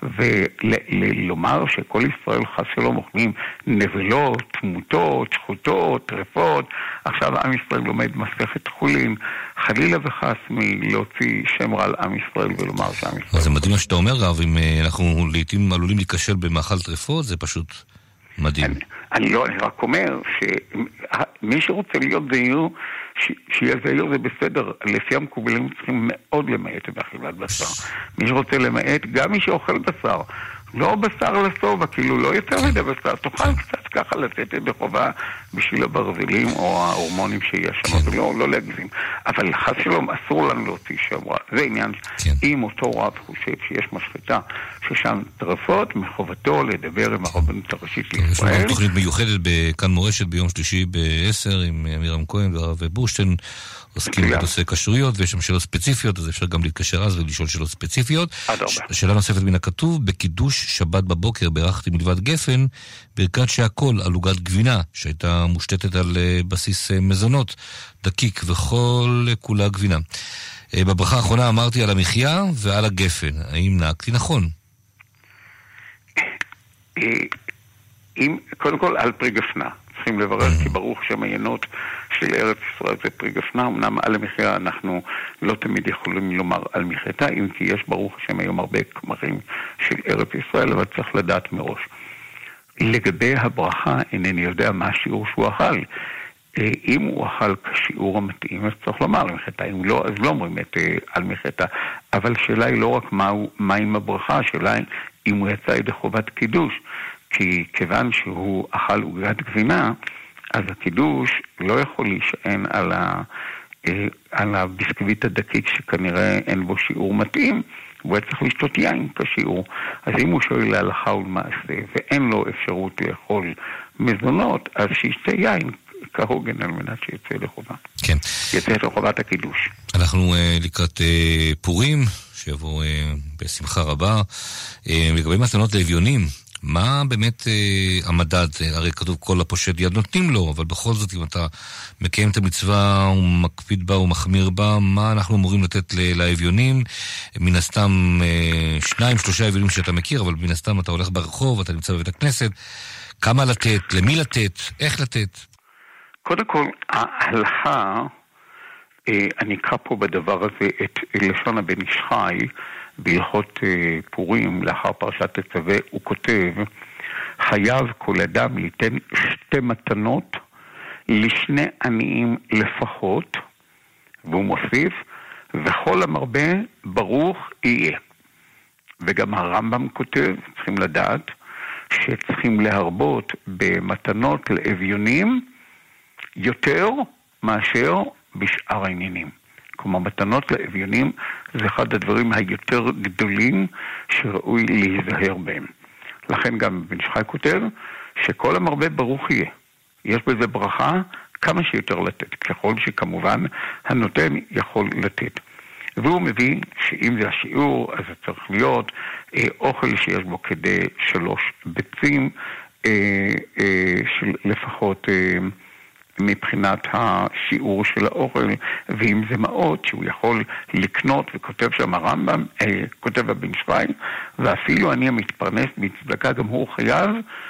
ולומר שכל ישראל חס שלום אוכלים נבלות, תמותות, שחוטות, טרפות. עכשיו עם ישראל לומד מסכת חולין, חלילה וחס מלהוציא שם רע על עם ישראל ולומר שעם ישראל... זה מדהים מה שאתה אומר, רב, אם אנחנו לעתים עלולים להיכשל במאכל טרפות, זה פשוט מדהים. אני, אני לא, אני רק אומר שמי שרוצה להיות זהיר, שיהיה זהיר זה בסדר. לפי המקובלים צריכים מאוד למעט באכילת בשר. מי שרוצה למעט, גם מי שאוכל בשר, לא בשר לסובה, כאילו לא יותר מדי בשר, תוכל קצת ככה לתת את החובה בשביל הברזלים או ההורמונים שיש שם, אבל לא, לא להגזים. אבל חס שלום, אסור לנו להוציא שם רע. זה עניין, אם אותו רב חושב שיש משחטה ששם טרפות, מחובתו לדבר עם הרבנות הראשית לישראל. יש לנו תוכנית מיוחדת בכאן מורשת ביום שלישי בעשר עם אמירם כהן והרב בורשטיין, עוסקים בנושא כשרויות, ויש שם שאלות ספציפיות, אז אפשר גם להתקשר אז ולשאול שאלות ספציפיות. שאלה נוספת מן הכתוב, בקידוש שבת בבוקר בירכתי מלבד גפן, ברכת שהכל על עוגת גבינה, שהייתה מושתתת על בסיס מזונות, דקיק וכל כולה גבינה. בברכה האחרונה אמרתי על המחיה ועל הגפן. האם נהגתי נכון? אם, קודם כל על פרי גפנה. צריכים לברך, כי ברוך שמיינות של ארץ ישראל זה פרי גפנה. אמנם על המחיה אנחנו לא תמיד יכולים לומר על מחייתה, אם כי יש ברוך השם היום הרבה כמרים של ארץ ישראל, אבל צריך לדעת מראש. לגבי הברכה, אינני יודע מה השיעור שהוא אכל. אם הוא אכל כשיעור המתאים, אז צריך לומר על מחייתה. אם לא, אז לא אומרים את על מחייתה. אבל שאלה היא לא רק מה, מה עם הברכה, השאלה היא אם הוא יצא ידי חובת קידוש. כי כיוון שהוא אכל עוגת גבינה, אז הקידוש לא יכול להישען על, ה, על הביסקוויט הדקיק שכנראה אין בו שיעור מתאים, הוא צריך לשתות יין כשיעור. אז אם הוא שואל להלכה ולמעשה ואין לו אפשרות לאכול מזונות, אז שישתה יין כהוגן על מנת שיצא לחובה. כן. יצא לחובת הקידוש. אנחנו uh, לקראת uh, פורים, שיבוא uh, בשמחה רבה. Uh, לגבי מתנות לאביונים, מה באמת אה, המדד? הרי כתוב כל הפושט יד נותנים לו, אבל בכל זאת אם אתה מקיים את המצווה ומקפיד בה ומחמיר בה, מה אנחנו אמורים לתת לאביונים? מן הסתם אה, שניים, שלושה אביונים שאתה מכיר, אבל מן הסתם אתה הולך ברחוב, אתה נמצא בבית הכנסת, כמה לתת, למי לתת, איך לתת? קודם כל, ההלכה, אה, אני אקרא פה בדבר הזה את לשון הבן איש חי, בהלכות פורים, לאחר פרשת תצווה, הוא כותב, חייב כל אדם ליתן שתי מתנות לשני עניים לפחות, והוא מוסיף, וכל המרבה ברוך יהיה. וגם הרמב"ם כותב, צריכים לדעת, שצריכים להרבות במתנות לאביונים יותר מאשר בשאר העניינים. כלומר, מתנות לאביונים זה אחד הדברים היותר גדולים שראוי להיזהר בהם. לכן גם בן שחי כותב שכל המרבה ברוך יהיה. יש בזה ברכה כמה שיותר לתת, ככל שכמובן הנותן יכול לתת. והוא מביא שאם זה השיעור, אז זה צריך להיות אה, אוכל שיש בו כדי שלוש ביצים, אה, אה, של לפחות... אה, מבחינת השיעור של האוכל, ואם זה מעות שהוא יכול לקנות, וכותב שם הרמב"ם, אה, כותב הבן שחי, ואפילו אני המתפרנס מצדקה, גם הוא חייב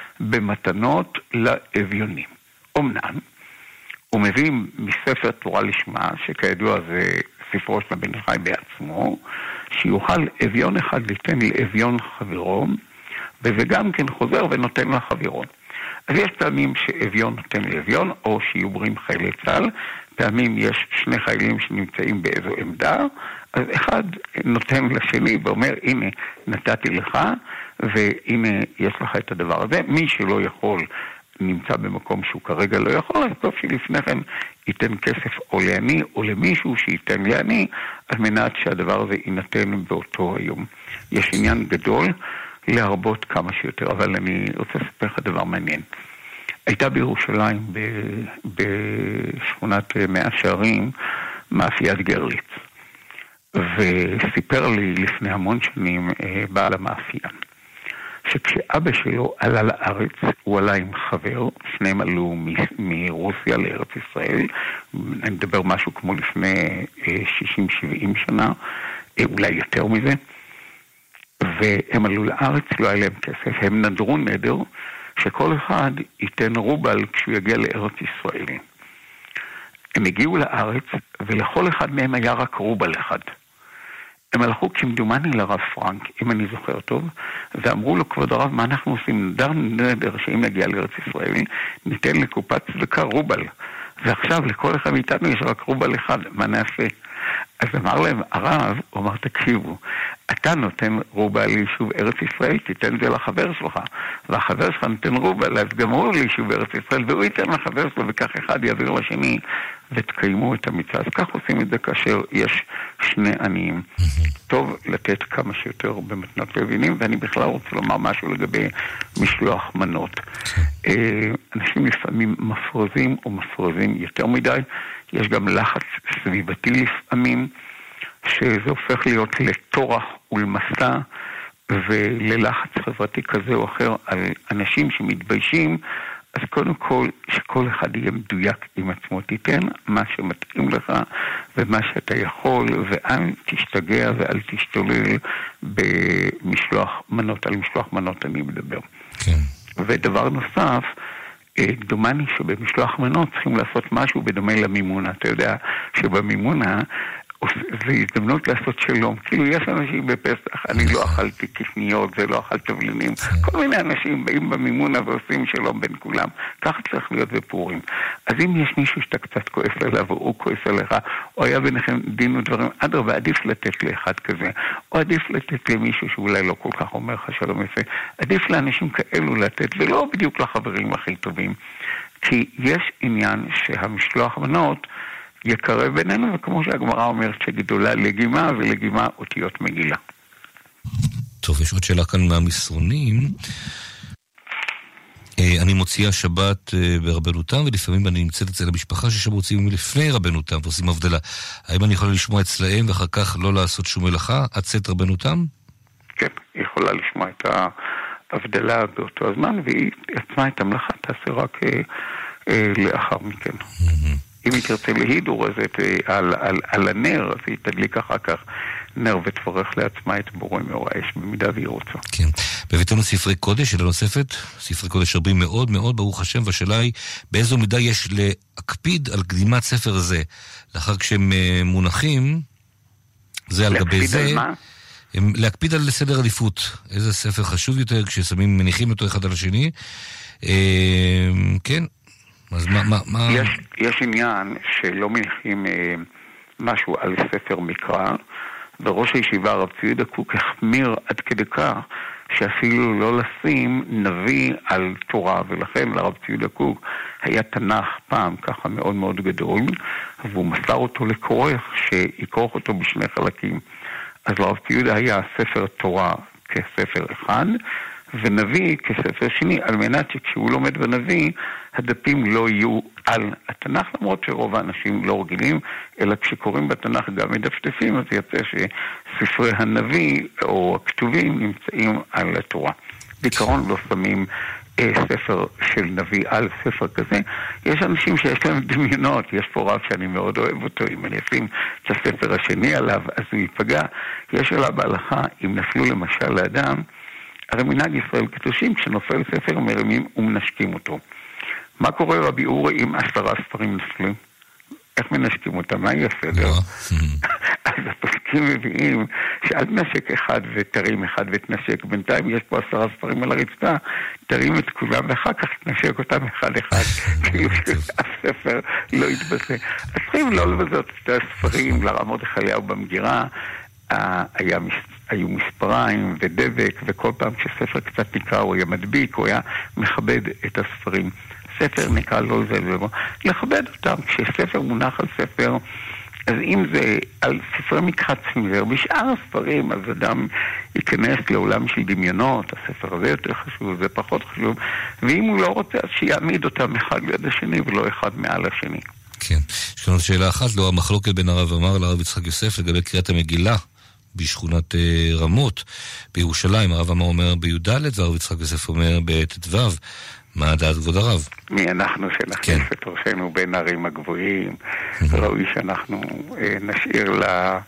במתנות לאביונים. אמנם, הוא מביא מספר תורה לשמה, שכידוע זה ספרו של הבן שחי בעצמו, שיוכל אביון אחד ליתן לאביון חברו, וזה גם כן חוזר ונותן לחברו. אז יש פעמים שאביון נותן לאביון, או שיהיו ברים חיילי צה"ל, פעמים יש שני חיילים שנמצאים באיזו עמדה, אז אחד נותן לשני ואומר, הנה נתתי לך, והנה יש לך את הדבר הזה. מי שלא יכול נמצא במקום שהוא כרגע לא יכול, אז טוב שלפני כן ייתן כסף או לעני או למישהו שייתן לעני, על מנת שהדבר הזה יינתן באותו היום. יש עניין גדול להרבות כמה שיותר, אבל אני רוצה לספר לך דבר מעניין. הייתה בירושלים בשכונת מאה שערים מאפיית גרליץ, וסיפר לי לפני המון שנים בעל המאפייה, שכשאבא שלו עלה לארץ, הוא עלה עם חבר, שניהם עלו מ- מרוסיה לארץ ישראל, אני מדבר משהו כמו לפני שישים שבעים שנה, אולי יותר מזה, והם עלו לארץ, לא היה להם כסף, הם נדרו נדר, שכל אחד ייתן רובל כשהוא יגיע לארץ ישראל. הם הגיעו לארץ, ולכל אחד מהם היה רק רובל אחד. הם הלכו כמדומני לרב פרנק, אם אני זוכר טוב, ואמרו לו, כבוד הרב, מה אנחנו עושים? נדר נדר שאם נגיע לארץ ישראל, ניתן לקופת צדקה רובל. ועכשיו לכל אחד מאיתנו יש רק רובל אחד, מה נעשה? אז אמר להם, הרב, הוא אמר, תקשיבו, אתה נותן רובל ליישוב ארץ ישראל, תיתן זה לחבר שלך, והחבר שלך נותן רובל, אז גם הוא ליישוב ארץ ישראל, והוא ייתן לחבר שלו, וכך אחד יעביר לשני, ותקיימו את המצווה. אז כך עושים את זה כאשר יש שני עניים. טוב לתת כמה שיותר במתנות לאביונים, ואני בכלל רוצה לומר משהו לגבי משלוח מנות. אנשים לפעמים מפרזים או מפרזים יותר מדי, יש גם לחץ סביבתי לפעמים, שזה הופך להיות לטורח ולמסע, וללחץ חברתי כזה או אחר על אנשים שמתביישים, אז קודם כל, שכל אחד יהיה מדויק עם עצמו, תיתן מה שמתאים לך ומה שאתה יכול, ואל תשתגע ואל תשתולל במשלוח מנות, על משלוח מנות אני מדבר. כן. ודבר נוסף, דומני שבמשלוח מנות צריכים לעשות משהו בדומה למימונה. אתה יודע שבמימונה זה הזדמנות לעשות שלום. כאילו יש אנשים בפסח, אני לא אכלתי קטניות ולא אכל תבלינים. כל מיני אנשים באים במימונה ועושים שלום בין כולם. ככה צריך להיות בפורים. אז אם יש מישהו שאתה קצת כועס עליו, או הוא כועס עליך, או היה ביניכם דין ודברים, אדרבה, עדיף לתת לאחד כזה. או עדיף לתת למישהו שאולי לא כל כך אומר לך שלום יפה. עדיף לאנשים כאלו לתת, ולא בדיוק לחברים הכי טובים. כי יש עניין שהמשלוח מנות יקרב בינינו, וכמו שהגמרא אומרת שגדולה לגימה, ולגימה אותיות מגילה. טוב, יש עוד שאלה כאן מהמסרונים. אני מוציאה שבת ברבנותם, ולפעמים אני נמצאת אצל המשפחה ששמוצאים לפני רבנותם, ועושים הבדלה. האם אני יכולה לשמוע אצלהם, ואחר כך לא לעשות שום מלאכה, עד צאת רבנותם? כן, היא יכולה לשמוע את ההבדלה באותו הזמן, והיא עצמה את המלאכה, תעשה רק לאחר מכן. אם היא תרצה להידור אז על, על, על הנר, אז היא תדליק אחר כך נר ותברך לעצמה את בורא מאור האש במידה והיא רוצה. כן. בביתנו ספרי קודש, שאלה נוספת, ספרי קודש רבים מאוד מאוד, ברוך השם, והשאלה היא באיזו מידה יש להקפיד על קדימת ספר זה, לאחר כשהם מונחים, זה על גבי זה. להקפיד על מה? הם, להקפיד על סדר עדיפות. איזה ספר חשוב יותר כששמים, מניחים אותו אחד על השני. אה, כן. אז מה, מה, מה... יש, יש עניין שלא מניחים אה, משהו על ספר מקרא, וראש הישיבה הרב צבי יהודה קוק החמיר עד כדי כך שאפילו לא לשים נביא על תורה, ולכן לרב צבי יהודה קוק היה תנ"ך פעם ככה מאוד מאוד גדול, והוא מסר אותו לכורך שיקרוך אותו בשני חלקים. אז לרב צבי יהודה היה ספר תורה כספר אחד, ונביא כספר שני, על מנת שכשהוא לומד בנביא, הדפים לא יהיו על התנ"ך, למרות שרוב האנשים לא רגילים, אלא כשקוראים בתנ"ך גם מדפדפים, אז יצא שספרי הנביא או הכתובים נמצאים על התורה. בעיקרון לא שמים אה, ספר של נביא על ספר כזה. יש אנשים שיש להם דמיונות, יש פה רב שאני מאוד אוהב אותו, אם אני אשים את הספר השני עליו, אז הוא ייפגע. יש עליו בהלכה, אם נפלו למשל לאדם, הרי מנהג ישראל קדושים, כשנופל ספר מרימים ומנשקים אותו. מה קורה רבי אורי אם עשרה ספרים נפלים? איך מנשקים אותם? מה יהיה הסדר? אז הפסקים מביאים שאל תנשק אחד ותרים אחד ותנשק. בינתיים יש פה עשרה ספרים על הרצפה, תרים את כולם ואחר כך תנשק אותם אחד אחד. כאילו שאף ספר לא יתבסה. אז צריכים לא לבזות את הספרים, לרמות החליה ובמגירה. היה היו מספריים ודבק, וכל פעם כשספר קצת נקרא הוא היה מדביק, הוא היה מכבד את הספרים. ספר נקרא לא זה ובוא. לכבד אותם, כשספר מונח על ספר, אז אם זה על ספרי מקחת סמיר, בשאר הספרים, אז אדם ייכנס לעולם של דמיונות, הספר הזה יותר חשוב, זה פחות חשוב, ואם הוא לא רוצה, אז שיעמיד אותם אחד ליד השני, ולא אחד מעל השני. כן. יש לנו שאלה אחת, לא המחלוקת בין הרב אמר לרב יצחק יוסף לגבי קריאת המגילה בשכונת רמות בירושלים. הרב אמר אומר בי"ד והרב יצחק יוסף אומר בט"ו. מה הדעת כבוד הרב? מי אנחנו שנכניס כן. את ראשנו בין הערים הגבוהים? ראוי שאנחנו אה, נשאיר ל...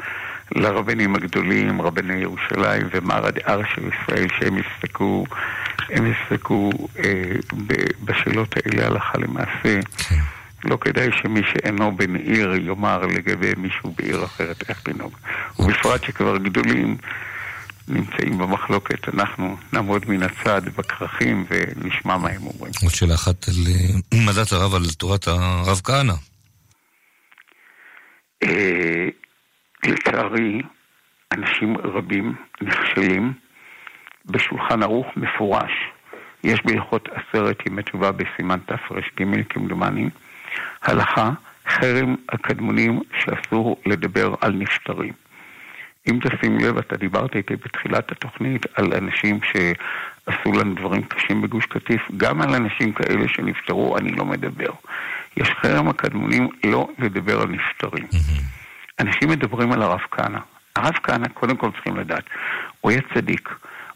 לרבנים הגדולים, רבני ירושלים ומרא דאר של ישראל, שהם יפסקו, הם יפסקו אה, בשאלות האלה הלכה למעשה. כן. לא כדאי שמי שאינו בן עיר יאמר לגבי מישהו בעיר אחרת איך לנהוג. ובפרט שכבר גדולים נמצאים במחלוקת, אנחנו נעמוד מן הצד בכרכים ונשמע מה הם אומרים. עוד שאלה אחת על מדעת הרב על תורת הרב כהנא. לצערי, אנשים רבים נכשלים. בשולחן ערוך מפורש. יש בהלכות עשרת ימי תשובה בסימן תר"ג כמדומני, הלכה חרם הקדמונים שאסור לדבר על נפטרים. אם תשים לב, אתה דיברת איתי בתחילת התוכנית על אנשים שעשו לנו דברים קשים בגוש קטיף, גם על אנשים כאלה שנפטרו אני לא מדבר. יש חרם הקדמונים לא לדבר על נפטרים. אנשים מדברים על הרב כהנא. הרב כהנא, קודם כל צריכים לדעת, הוא היה צדיק,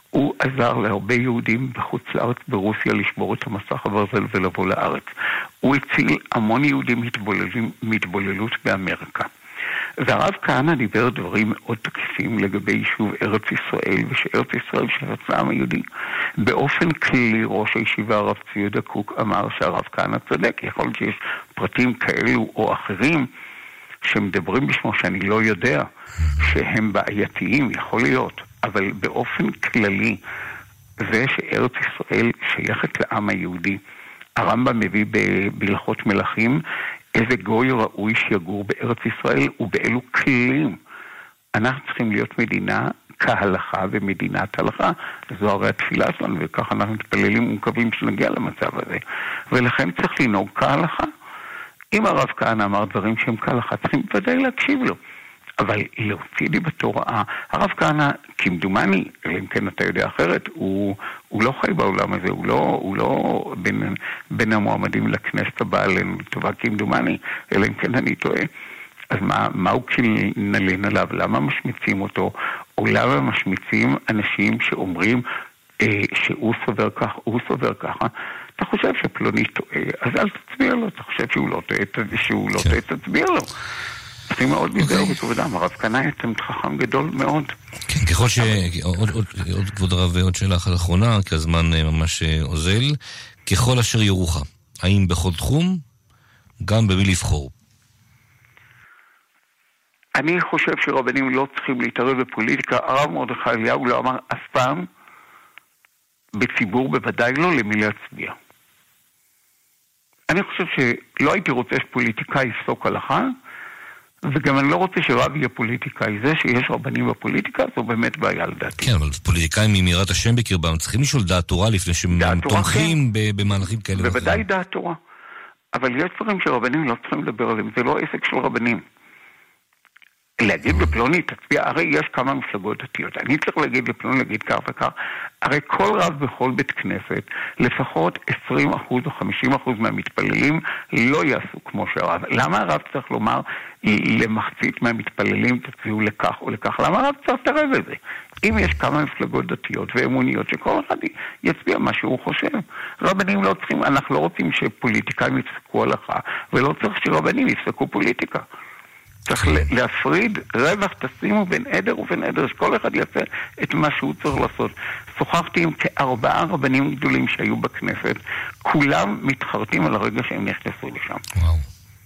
הוא עזר להרבה יהודים בחוץ לארץ, ברוסיה, לשבור את המסך הברזל ולבוא לארץ. הוא הציל המון יהודים מתבוללות באמריקה. והרב כהנא דיבר דברים מאוד תקפים לגבי יישוב ארץ ישראל, ושארץ ישראל של העם היהודי. באופן כללי ראש הישיבה הרב צבי יהודה קוק אמר שהרב כהנא צודק. יכול להיות שיש פרטים כאלו או אחרים שמדברים בשמו שאני לא יודע, שהם בעייתיים, יכול להיות. אבל באופן כללי, זה שארץ ישראל שייכת לעם היהודי. הרמב"ם מביא בהלכות מלכים, איזה גוי ראוי שיגור בארץ ישראל ובאלו כלים. אנחנו צריכים להיות מדינה כהלכה ומדינת הלכה. זו הרי התפילה שלנו, וכך אנחנו מתפללים ומקווים שנגיע למצב הזה. ולכן צריך לנהוג כהלכה. אם הרב כהנא אמר דברים שהם כהלכה, צריכים ודאי להקשיב לו. אבל להוציא לי בתורה, הרב כהנא, כמדומני, אלא אם כן אתה יודע אחרת, הוא, הוא לא חי בעולם הזה, הוא לא, הוא לא בין, בין המועמדים לכנסת הבאה לטובה כמדומני, אלא אם כן אני טועה. אז מה, מה הוא נלין עליו? למה משמיצים אותו? או למה משמיצים אנשים שאומרים אה, שהוא סובר כך, הוא סובר ככה? אתה חושב שפלוני טועה, אז אל תצביע לו. אתה חושב שהוא לא טועה, שהוא לא טועה, תצביע לו. צריכים מאוד להיזהר בכבודם. הרב כהנא אתם חכם גדול מאוד. כן, ככל ש... עוד כבוד הרב ועוד שאלה אחת אחרונה, כי הזמן ממש עוזל. ככל אשר יורוך, האם בכל תחום, גם במי לבחור? אני חושב שרבנים לא צריכים להתערב בפוליטיקה. הרב מרדכי אליהו לא אמר אף פעם, בציבור בוודאי לא, למי להצביע. אני חושב שלא הייתי רוצה שפוליטיקאי יפסוק הלכה, וגם אני לא רוצה שרב יהיה פוליטיקאי. זה שיש רבנים בפוליטיקה, זו באמת בעיה לדעתי. כן, אבל פוליטיקאים ממירת השם בקרבם צריכים לשאול דעת תורה לפני שהם תומכים במהלכים כאלה. בוודאי דעת תורה. אבל יש דברים שרבנים לא צריכים לדבר עליהם. זה לא עסק של רבנים. להגיד בפלוני, תצביע, הרי יש כמה מפלגות דתיות. אני צריך להגיד לפלוני, להגיד כך וכך. הרי כל רב בכל בית כנסת, לפחות עשרים אחוז או חמישים אחוז מהמתפללים לא יעשו כמו שהרב. למה הרב צריך לומר למחצית מהמתפללים תצביעו לכך או לכך? למה הרב צריך להתערב בזה? אם יש כמה מפלגות דתיות ואמוניות שכל אחד יצביע מה שהוא חושב. רבנים לא צריכים, אנחנו לא רוצים שפוליטיקאים יפסקו הלכה, ולא צריך שרבנים יפסקו פוליטיקה. צריך להפריד רווח, תשימו בין עדר ובין עדר, שכל אחד יעשה את מה שהוא צריך לעשות. שוחחתי עם כארבעה רבנים גדולים שהיו בכנסת, כולם מתחרטים על הרגע שהם נכנסו לשם. וואו.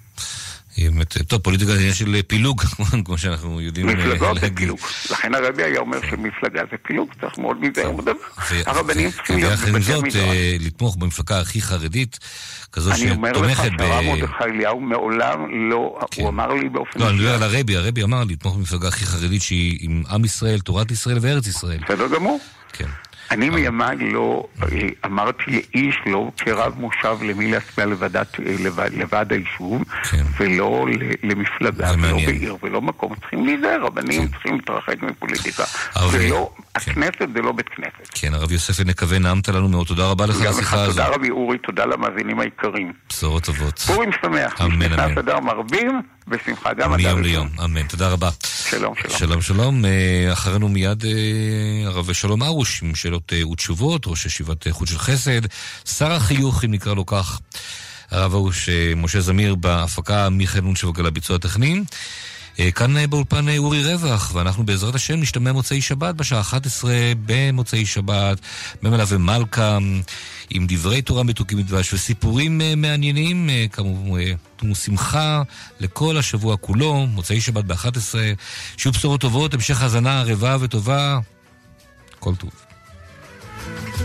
טוב, פוליטיקה זה של פילוג, כמו שאנחנו יודעים להגיד. מפלגות זה פילוג. לכן הרבי היה אומר שמפלגה זה פילוג, צריך מאוד מזה הרבה דבר. הרבנים צריכים להיות בבתי המדרש. לתמוך במפלגה הכי חרדית, כזו שתומכת ב... אני אומר לך שהרב מרדכי אליהו מעולם לא, הוא אמר לי באופן... לא, אני מדבר על הרבי, הרבי אמר לי, לתמוך במפלגה הכי חרדית שהיא עם עם ישראל, תורת ישראל וארץ ישראל. בסדר גמור. כן. אני מימיי לא אמרתי לאיש לא כרב מושב למי להצביע לבד היישוב, ולא למפלגה, ולא בעיר, ולא מקום. צריכים להיזהר, רבנים צריכים להתרחק מפוליטיקה. הכנסת זה לא בית כנסת. כן, הרב יוסף נקווה, נעמת לנו מאוד. תודה רבה לך על השיחה הזו. תודה רבי אורי, תודה למאזינים העיקרים. בשורות טובות. פורים שמח. אמן, אמן. תודה מרבים, בשמחה גם. מיום ליום, אמן. תודה רבה. שלום, שלום. שלום, שלום. אחרינו מיד הרב שלום ארוש עם שאלות ותשובות, ראש ישיבת חוט של חסד, שר החיוך, אם נקרא לו כך. הרב ארוש, משה זמיר בהפקה, מיכאל נונשב על הביצוע הטכני. כאן באולפן אורי רווח, ואנחנו בעזרת השם נשתמע מוצאי שבת בשעה אחת עשרה במוצאי שבת, במלווה מלכה, עם דברי תורה מתוקים מדבש וסיפורים מעניינים, כמובן תנו שמחה לכל השבוע כולו, מוצאי שבת ב-אחת עשרה, שיהיו בשורות טובות, המשך הזנה רבה וטובה, כל טוב.